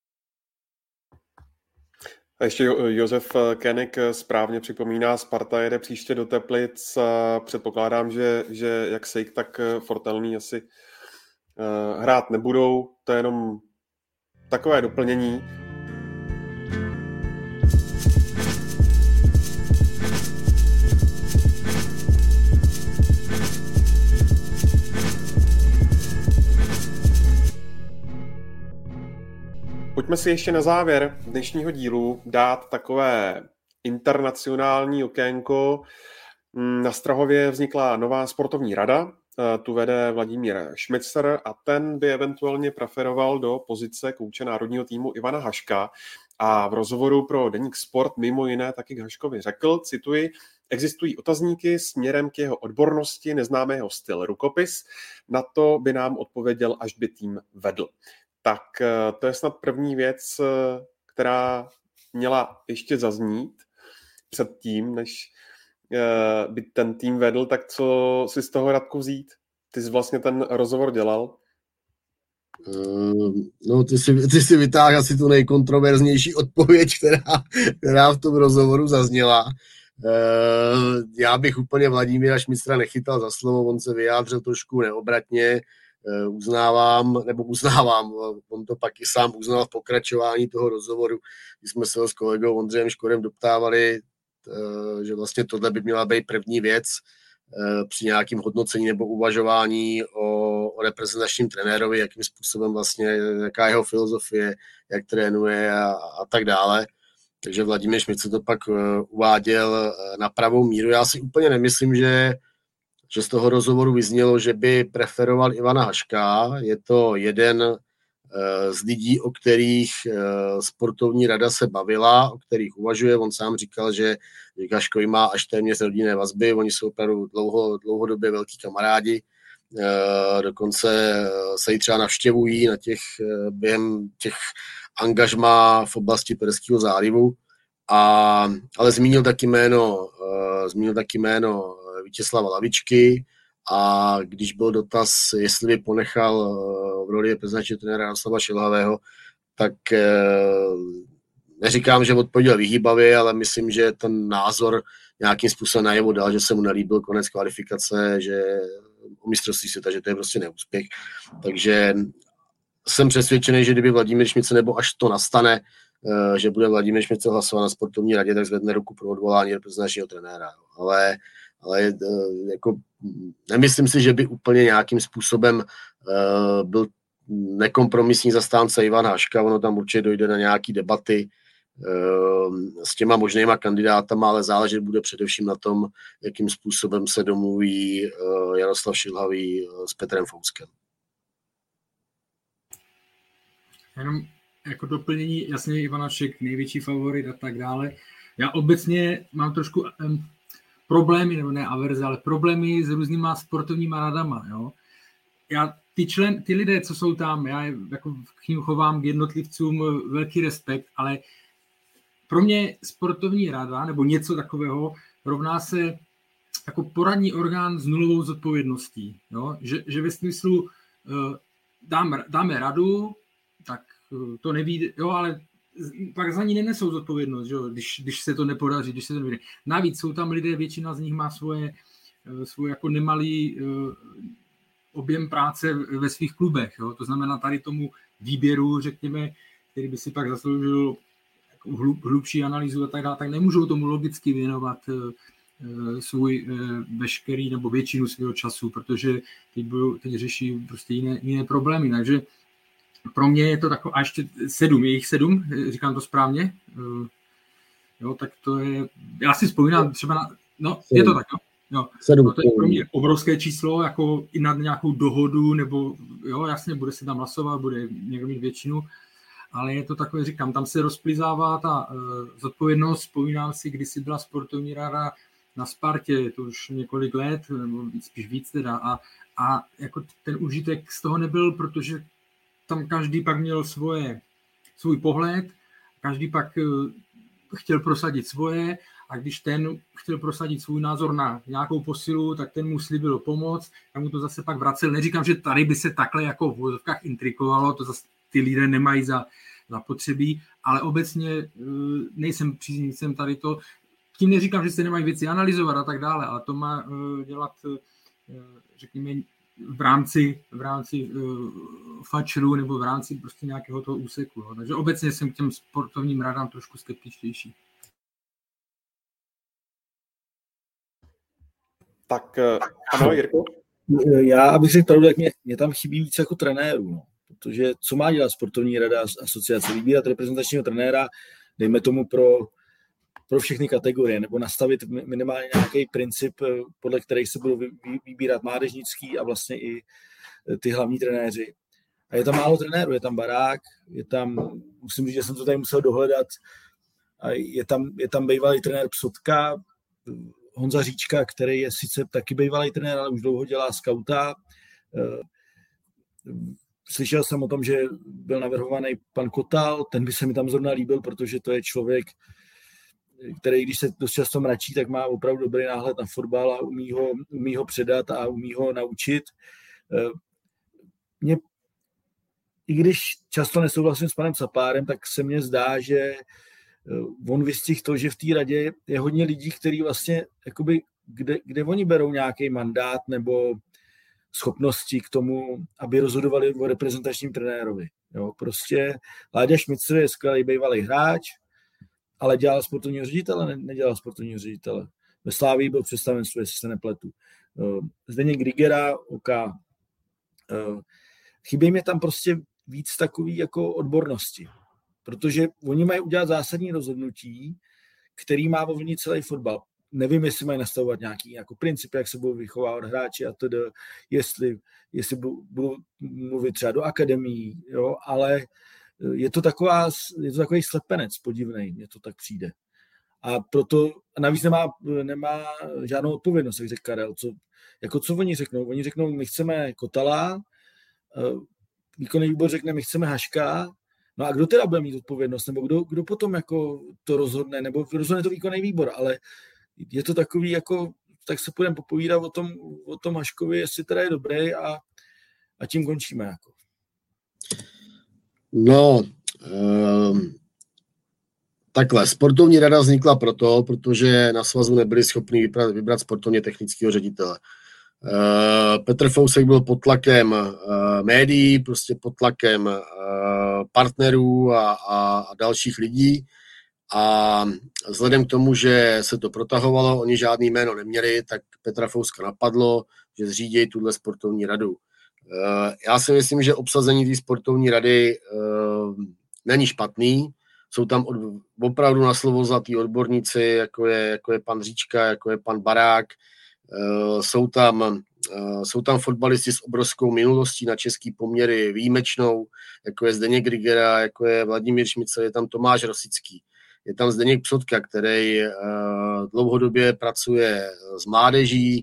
A ještě Josef Koenig správně připomíná, Sparta jede příště do Teplic. Předpokládám, že, že jak Sejk, tak Fortelný asi hrát nebudou. To je jenom takové doplnění. Pojďme si ještě na závěr dnešního dílu dát takové internacionální okénko. Na Strahově vznikla nová sportovní rada, tu vede Vladimír Šmicr a ten by eventuálně preferoval do pozice kouče národního týmu Ivana Haška. A v rozhovoru pro deník Sport mimo jiné taky k Haškovi řekl, cituji, existují otazníky směrem k jeho odbornosti, neznáme jeho styl, rukopis, na to by nám odpověděl, až by tým vedl. Tak to je snad první věc, která měla ještě zaznít před tím, než by ten tým vedl. Tak co si z toho, Radku, vzít? Ty jsi vlastně ten rozhovor dělal. Uh, no, ty si, ty si vytáhl asi tu nejkontroverznější odpověď, která, která v tom rozhovoru zazněla. Uh, já bych úplně Vladimíra Šmicra nechytal za slovo, on se vyjádřil trošku neobratně. Uznávám, nebo uznávám, on to pak i sám uznal v pokračování toho rozhovoru, když jsme se ho s kolegou Ondřejem Škorem doptávali, že vlastně tohle by měla být první věc při nějakém hodnocení nebo uvažování o, o reprezentačním trenérovi, jakým způsobem vlastně, jaká jeho filozofie, jak trénuje a, a tak dále. Takže Vladimír Šmicr to pak uváděl na pravou míru. Já si úplně nemyslím, že že z toho rozhovoru vyznělo, že by preferoval Ivana Haška. Je to jeden z lidí, o kterých sportovní rada se bavila, o kterých uvažuje. On sám říkal, že k Haškovi má až téměř rodinné vazby. Oni jsou opravdu dlouho, dlouhodobě velký kamarádi. Dokonce se jí třeba navštěvují na těch, během těch angažmá v oblasti Perského zálivu. A, ale zmínil taky jméno, zmínil taky jméno Vítězslava Lavičky a když byl dotaz, jestli by ponechal v roli reprezentačního trenéra Jaroslava Šilhavého, tak neříkám, že odpověděl vyhýbavě, ale myslím, že ten názor nějakým způsobem najevo dal, že se mu nelíbil konec kvalifikace, že o mistrovství světa, že to je prostě neúspěch. Takže jsem přesvědčený, že kdyby Vladimír Šmicr, nebo až to nastane, že bude Vladimír Šmicr hlasovat na sportovní radě, tak zvedne ruku pro odvolání reprezentačního trenéra. Ale ale jako nemyslím si, že by úplně nějakým způsobem uh, byl nekompromisní zastánce Ivan Haška, ono tam určitě dojde na nějaký debaty uh, s těma možnýma kandidátama, ale záležet bude především na tom, jakým způsobem se domluví uh, Jaroslav Šilhavý uh, s Petrem Fouskem. Jenom jako doplnění, jasně Ivan Hašek, největší favorit a tak dále. Já obecně mám trošku um, problémy, nebo ne averze, ale problémy s různýma sportovníma radama. Jo? já ty, člen, ty lidé, co jsou tam, já jako k ním chovám k jednotlivcům velký respekt, ale pro mě sportovní rada nebo něco takového rovná se jako poradní orgán s nulovou zodpovědností. Jo? Že, že ve smyslu uh, dám, dáme radu, tak uh, to neví, jo, ale pak za ní nenesou zodpovědnost, jo? Když, když se to nepodaří, když se to neví. Navíc jsou tam lidé, většina z nich má svoje, uh, svoje jako nemalý uh, objem práce ve svých klubech. Jo? To znamená tady tomu výběru, řekněme, který by si pak zasloužil hlub, hlubší analýzu a tak dále, tak nemůžou tomu logicky věnovat uh, svůj veškerý nebo většinu svého času, protože teď, budou, teď řeší prostě jiné, jiné problémy. Takže pro mě je to takové, a ještě sedm, je jich sedm, říkám to správně, jo, tak to je, já si vzpomínám třeba na, no, je to tak, jo, jo. Sedm. No, to je pro mě obrovské číslo, jako i na nějakou dohodu, nebo jo, jasně, bude se tam hlasovat, bude někdo mít většinu, ale je to takové, říkám, tam se rozplizává ta uh, zodpovědnost, vzpomínám si, když si byla sportovní rada na Spartě, to už několik let, nebo spíš víc teda, a, a jako ten užitek z toho nebyl, protože tam každý pak měl svoje, svůj pohled, každý pak uh, chtěl prosadit svoje, a když ten chtěl prosadit svůj názor na nějakou posilu, tak ten mu slíbil pomoc, a mu to zase pak vracel. Neříkám, že tady by se takhle jako v vozovkách intrikovalo, to zase ty lidé nemají za, za potřebí, ale obecně uh, nejsem příznivcem tady to. Tím neříkám, že se nemají věci analyzovat a tak dále, ale to má uh, dělat, uh, řekněme, v rámci, v rámci uh, fačru nebo v rámci prostě nějakého toho úseku. No. Takže obecně jsem k těm sportovním radám trošku skeptičtější. Tak ano, Jirko? Já, abych řekl pravdu, tak mě, mě tam chybí víc jako trenérů, no. Protože co má dělat sportovní rada asociace? Vybírat reprezentačního trenéra, dejme tomu pro pro všechny kategorie, nebo nastavit minimálně nějaký princip, podle kterých se budou vybírat mládežnický a vlastně i ty hlavní trenéři. A je tam málo trenérů, je tam Barák, je tam, musím říct, že jsem to tady musel dohledat, a je tam, je tam bývalý trenér Psotka, Honza Říčka, který je sice taky bývalý trenér, ale už dlouho dělá skauta. Slyšel jsem o tom, že byl navrhovaný pan Kotal, ten by se mi tam zrovna líbil, protože to je člověk, který, když se dost často mračí, tak má opravdu dobrý náhled na fotbal a umí ho, umí ho předat a umí ho naučit. Mě, i když často nesouhlasím s panem Sapárem, tak se mně zdá, že on vystihl to, že v té radě je hodně lidí, kteří vlastně, jakoby, kde, kde oni berou nějaký mandát nebo schopnosti k tomu, aby rozhodovali o reprezentačním trenérovi. Jo, prostě Láďa Šmicr je skvělý bývalý hráč, ale dělal sportovního ředitele, ne, nedělal sportovního ředitele. Ve Slávii byl představenstvo, jestli se nepletu. Zdeněk Grigera, OK. Chybí mi tam prostě víc takový jako odbornosti, protože oni mají udělat zásadní rozhodnutí, který má ovlivnit celý fotbal. Nevím, jestli mají nastavovat nějaký jako princip, jak se budou vychovávat hráči a tedy, jestli, jestli budou mluvit třeba do akademií, jo, ale je to, taková, je to takový slepenec podivnej, mně to tak přijde. A proto, a navíc nemá, nemá žádnou odpovědnost, jak řekl Karel. Co, jako co oni řeknou? Oni řeknou, my chceme Kotala, výkonný výbor řekne, my chceme Haška, no a kdo teda bude mít odpovědnost, nebo kdo, kdo potom jako to rozhodne, nebo rozhodne to výkonný výbor, ale je to takový, jako, tak se půjdeme popovídat o tom, o tom Haškovi, jestli teda je dobrý a, a tím končíme. Jako. No, um, takhle, sportovní rada vznikla proto, protože na svazu nebyli schopni vybrat, vybrat sportovně technického ředitele. Uh, Petr Fousek byl pod tlakem uh, médií, prostě pod tlakem uh, partnerů a, a, a dalších lidí a vzhledem k tomu, že se to protahovalo, oni žádný jméno neměli, tak Petra Fouska napadlo, že zřídějí tuhle sportovní radu. Já si myslím, že obsazení té sportovní rady uh, není špatný. Jsou tam od, opravdu na slovo zlatý odborníci, jako je, jako je pan Říčka, jako je pan Barák. Uh, jsou, tam, uh, jsou tam fotbalisti s obrovskou minulostí na český poměry výjimečnou, jako je Zdeněk Grigera, jako je Vladimír Šmicl, je tam Tomáš Rosický. Je tam Zdeněk Psotka, který uh, dlouhodobě pracuje s mládeží,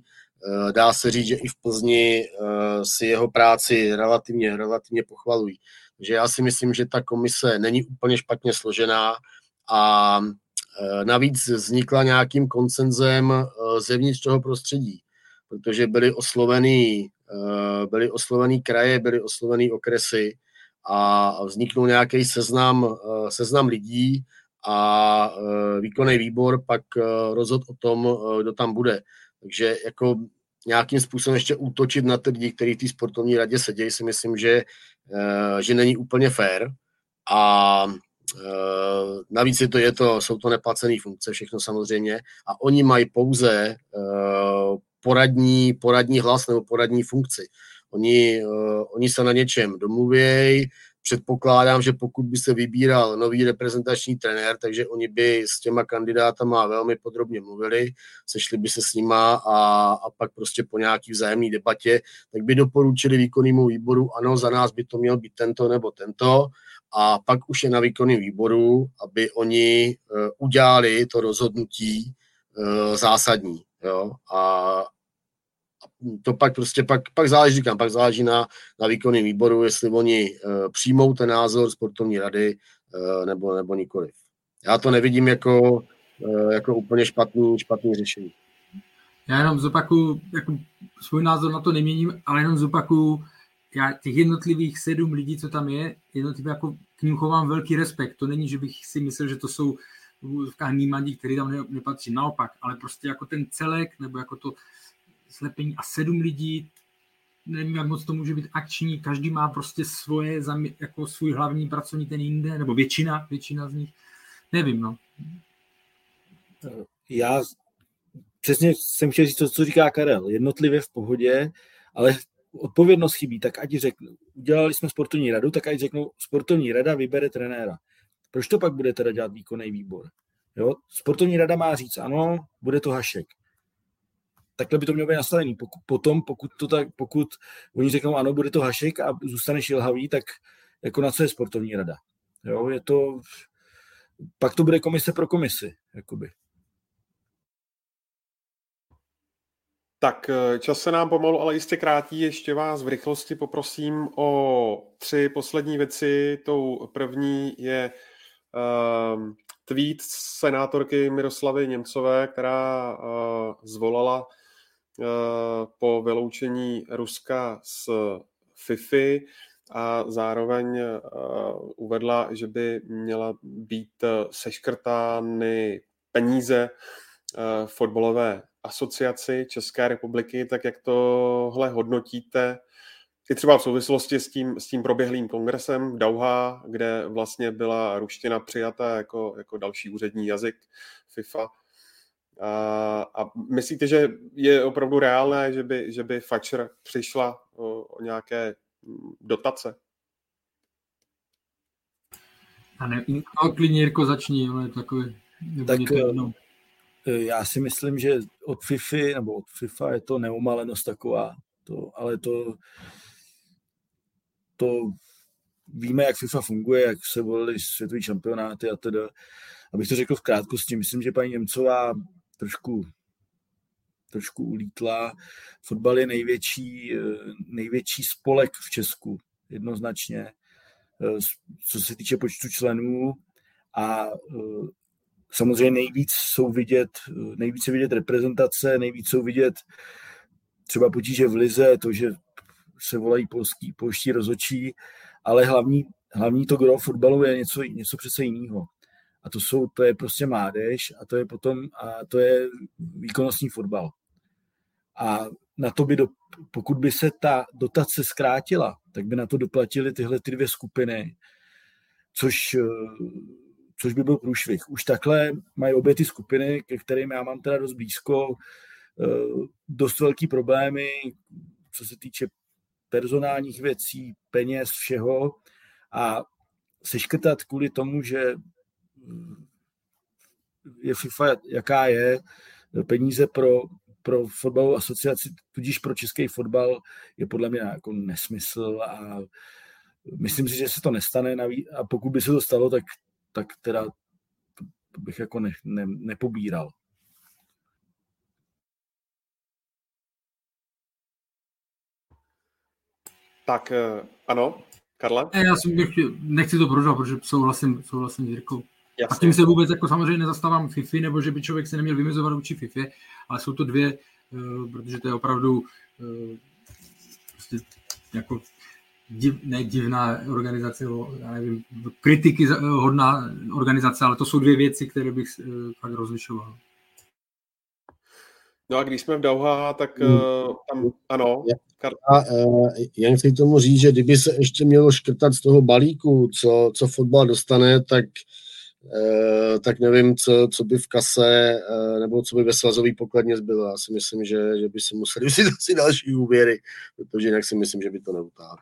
dá se říct, že i v Plzni si jeho práci relativně, relativně pochvalují. Takže já si myslím, že ta komise není úplně špatně složená a navíc vznikla nějakým konsenzem zevnitř toho prostředí, protože byly oslovený, byly oslovený kraje, byly oslovený okresy a vzniknul nějaký seznam, seznam lidí a výkonný výbor pak rozhodl o tom, kdo tam bude. Takže jako nějakým způsobem ještě útočit na ty lidi, kteří v té sportovní radě sedějí, si myslím, že, že není úplně fair. A navíc je to, je to, jsou to neplacené funkce, všechno samozřejmě. A oni mají pouze poradní, poradní hlas nebo poradní funkci. Oni, oni se na něčem domluvějí. Předpokládám, že pokud by se vybíral nový reprezentační trenér, takže oni by s těma kandidátama velmi podrobně mluvili, sešli by se s nima a, a pak prostě po nějaký vzájemné debatě, tak by doporučili výkonnému výboru, ano, za nás by to měl být tento nebo tento, a pak už je na výkonném výboru, aby oni uh, udělali to rozhodnutí uh, zásadní. Jo? A to pak prostě, pak, pak záleží, říkám, pak záleží na, na výkonném výboru, jestli oni uh, přijmou ten názor sportovní rady uh, nebo, nebo nikoliv. Já to nevidím jako, uh, jako úplně špatný, špatný řešení. Já jenom zopakuju, jako svůj názor na to neměním, ale jenom zopakuju, já těch jednotlivých sedm lidí, co tam je, jednotlivě jako k ním chovám velký respekt. To není, že bych si myslel, že to jsou nímadí, který tam nepatří. Naopak, ale prostě jako ten celek, nebo jako to slepení a sedm lidí, nevím, jak moc to může být akční, každý má prostě svoje, jako svůj hlavní pracovní ten jinde, nebo většina, většina z nich. Nevím, no. Já přesně jsem chtěl říct to, co říká Karel. Jednotlivě v pohodě, ale odpovědnost chybí, tak ať řeknu, udělali jsme sportovní radu, tak ať řeknou, sportovní rada vybere trenéra. Proč to pak bude teda dělat výkonný výbor? Jo? Sportovní rada má říct, ano, bude to Hašek. Takhle by to mělo být nastavený. Pokud, potom, pokud, to tak, pokud oni řeknou, ano, bude to Hašek a zůstane šilhavý, tak jako na co je sportovní rada? Jo? Je to, pak to bude komise pro komisi. Jakoby. Tak čas se nám pomalu, ale jistě krátí. Ještě vás v rychlosti poprosím o tři poslední věci. Tou první je uh, tweet senátorky Miroslavy Němcové, která uh, zvolala uh, po vyloučení Ruska z FIFA a zároveň uh, uvedla, že by měla být seškrtány peníze uh, fotbalové asociaci České republiky, tak jak tohle hodnotíte i třeba v souvislosti s tím, s tím proběhlým kongresem v Dauhá, kde vlastně byla ruština přijata jako, jako další úřední jazyk FIFA. A, a myslíte, že je opravdu reálné, že by, že by Fatcher přišla o, o nějaké dotace? A ne, no, klidně Jirko začni, ale takový... Tak no. Já si myslím, že od FIFA, nebo od FIFA je to neumalenost taková, to, ale to, to víme, jak FIFA funguje, jak se volily světové šampionáty a teda. Abych to řekl v krátkosti, myslím, že paní Němcová trošku, trošku ulítla. Fotbal je největší, největší spolek v Česku, jednoznačně, co se týče počtu členů a samozřejmě nejvíc jsou vidět, nejvíce vidět reprezentace, nejvíc jsou vidět třeba potíže v lize, to, že se volají polský, polští rozhodčí, ale hlavní, hlavní to gro fotbalu je něco, něco přece jiného. A to jsou, to je prostě mládež a to je potom, a to je výkonnostní fotbal. A na to by, do, pokud by se ta dotace zkrátila, tak by na to doplatily tyhle ty dvě skupiny, což což by byl průšvih. Už takhle mají obě ty skupiny, ke kterým já mám teda dost blízko, dost velký problémy, co se týče personálních věcí, peněz, všeho a seškrtat kvůli tomu, že je FIFA jaká je, peníze pro, pro fotbalovou asociaci, tudíž pro český fotbal je podle mě jako nesmysl a myslím si, že se to nestane a pokud by se to stalo, tak tak teda bych jako ne, ne, nepobíral. Tak ano, Karle? Já si nechci to prodat, protože souhlasím, souhlasím s Jirkou. Jasně. A tím se vůbec jako samozřejmě nezastávám FIFA, nebo že by člověk se neměl vymezovat vůči FIFA, ale jsou to dvě, uh, protože to je opravdu uh, prostě jako div, ne divná organizace, já nevím, kritiky hodná organizace, ale to jsou dvě věci, které bych uh, fakt rozlišoval. No a když jsme v Dauha, tak uh, tam, ano. A uh, jen chci tomu říct, že kdyby se ještě mělo škrtat z toho balíku, co, co fotbal dostane, tak Uh, tak nevím, co, co by v kase uh, nebo co by ve svazový pokladně zbylo. Já si myslím, že, že by se museli vzít asi další úvěry, protože jinak si myslím, že by to neutáhlo.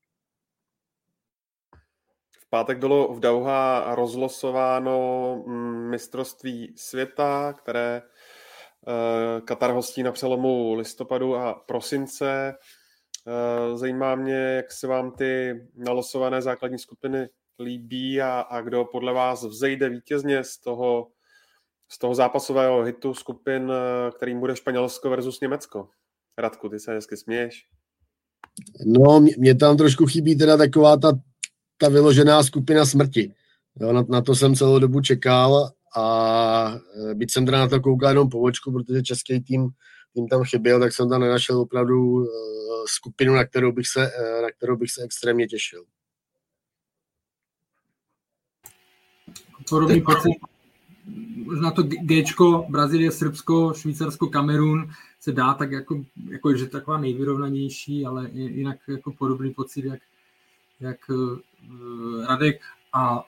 V pátek bylo v Dauha rozlosováno mistrovství světa, které uh, Katar hostí na přelomu listopadu a prosince. Uh, zajímá mě, jak se vám ty nalosované základní skupiny líbí a, a kdo podle vás vzejde vítězně z toho, z toho zápasového hitu skupin, kterým bude Španělsko versus Německo. Radku, ty se hezky směješ. No, mě, mě tam trošku chybí teda taková ta, ta vyložená skupina smrti. Jo, na, na to jsem celou dobu čekal a byť jsem teda na to koukal jenom po očku, protože český tým, tým tam chyběl, tak jsem tam nenašel opravdu uh, skupinu, na kterou bych se, uh, na kterou bych se extrémně těšil. Podobný pocit, možná to Géčko, Brazílie, Srbsko, Švýcarsko, Kamerun se dá tak jako, jako že taková nejvyrovnanější, ale jinak jako podobný pocit, jak, jak uh, Radek. A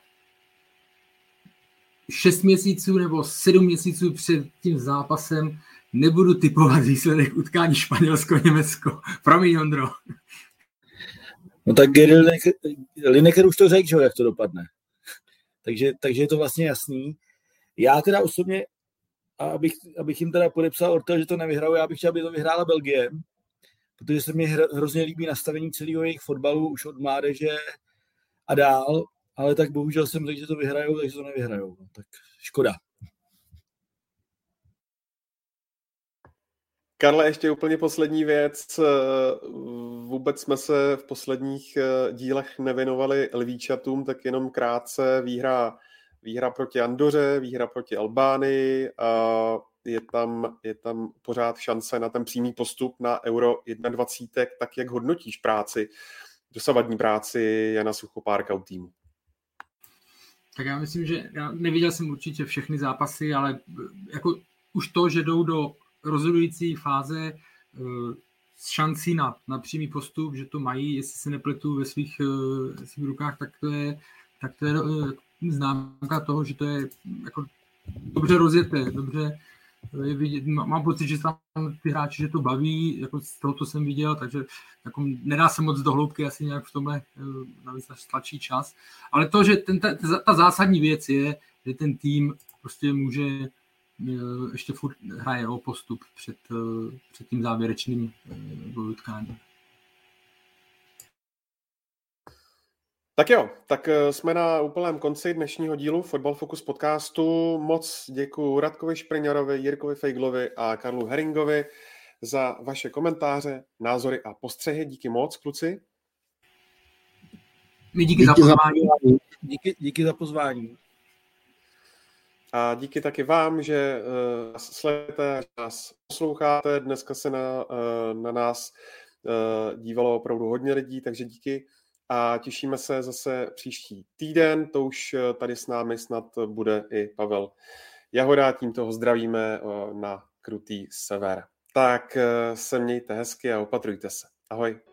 šest měsíců nebo sedm měsíců před tím zápasem nebudu typovat výsledek utkání Španělsko-Německo. Promiň, Ondro. No tak Gary Lineker už to řekl, jak to dopadne. Takže, takže je to vlastně jasný. Já teda osobně, abych, abych jim teda podepsal od toho, že to nevyhraju, já bych chtěl, aby to vyhrála Belgie, protože se mi hrozně líbí nastavení celého jejich fotbalu už od mládeže a dál, ale tak bohužel jsem řekl, že to vyhrajou, takže to nevyhrajou. No, tak škoda. Karle, ještě úplně poslední věc. Vůbec jsme se v posledních dílech nevěnovali Lvíčatům, tak jenom krátce výhra, výhra proti Andoře, výhra proti Albánii a je tam, je tam pořád šance na ten přímý postup na Euro dvacet jedna, tak jak hodnotíš práci, dosavadní práci Jana Suchopárka u týmu? Tak já myslím, že já neviděl jsem určitě všechny zápasy, ale jako už to, že jdou do rozhodující fáze s šancí na, na přímý postup, že to mají, jestli se nepletu ve svých, ve svých rukách, tak to je, tak to je známka toho, že to je jako dobře rozjeté, dobře je vidět, mám pocit, že tam ty hráči, že to baví, jako z toho, co jsem viděl, takže jako nedá se moc do hloubky asi nějak v tomhle, navíc tlačí čas, ale to, že ten, ta, ta zásadní věc je, že ten tým prostě může ještě furt hraje o postup před, před tím závěrečným utkáním. Tak jo, tak jsme na úplném konci dnešního dílu Fotbal Focus podcastu. Moc děkuji Radkovi Špriňarovi, Jirkovi Fejglovi a Karlu Heringovi za vaše komentáře, názory a postřehy. Díky moc, kluci. My díky, díky za pozvání. Díky, díky za pozvání. A díky taky vám, že uh, nás sledujete, že nás posloucháte. Dneska se na, uh, na nás uh, dívalo opravdu hodně lidí, takže díky. A těšíme se zase příští týden. To už uh, tady s námi snad bude i Pavel Jahoda. Tímto ho zdravíme uh, na krutý sever. Tak uh, se mějte hezky a opatrujte se. Ahoj.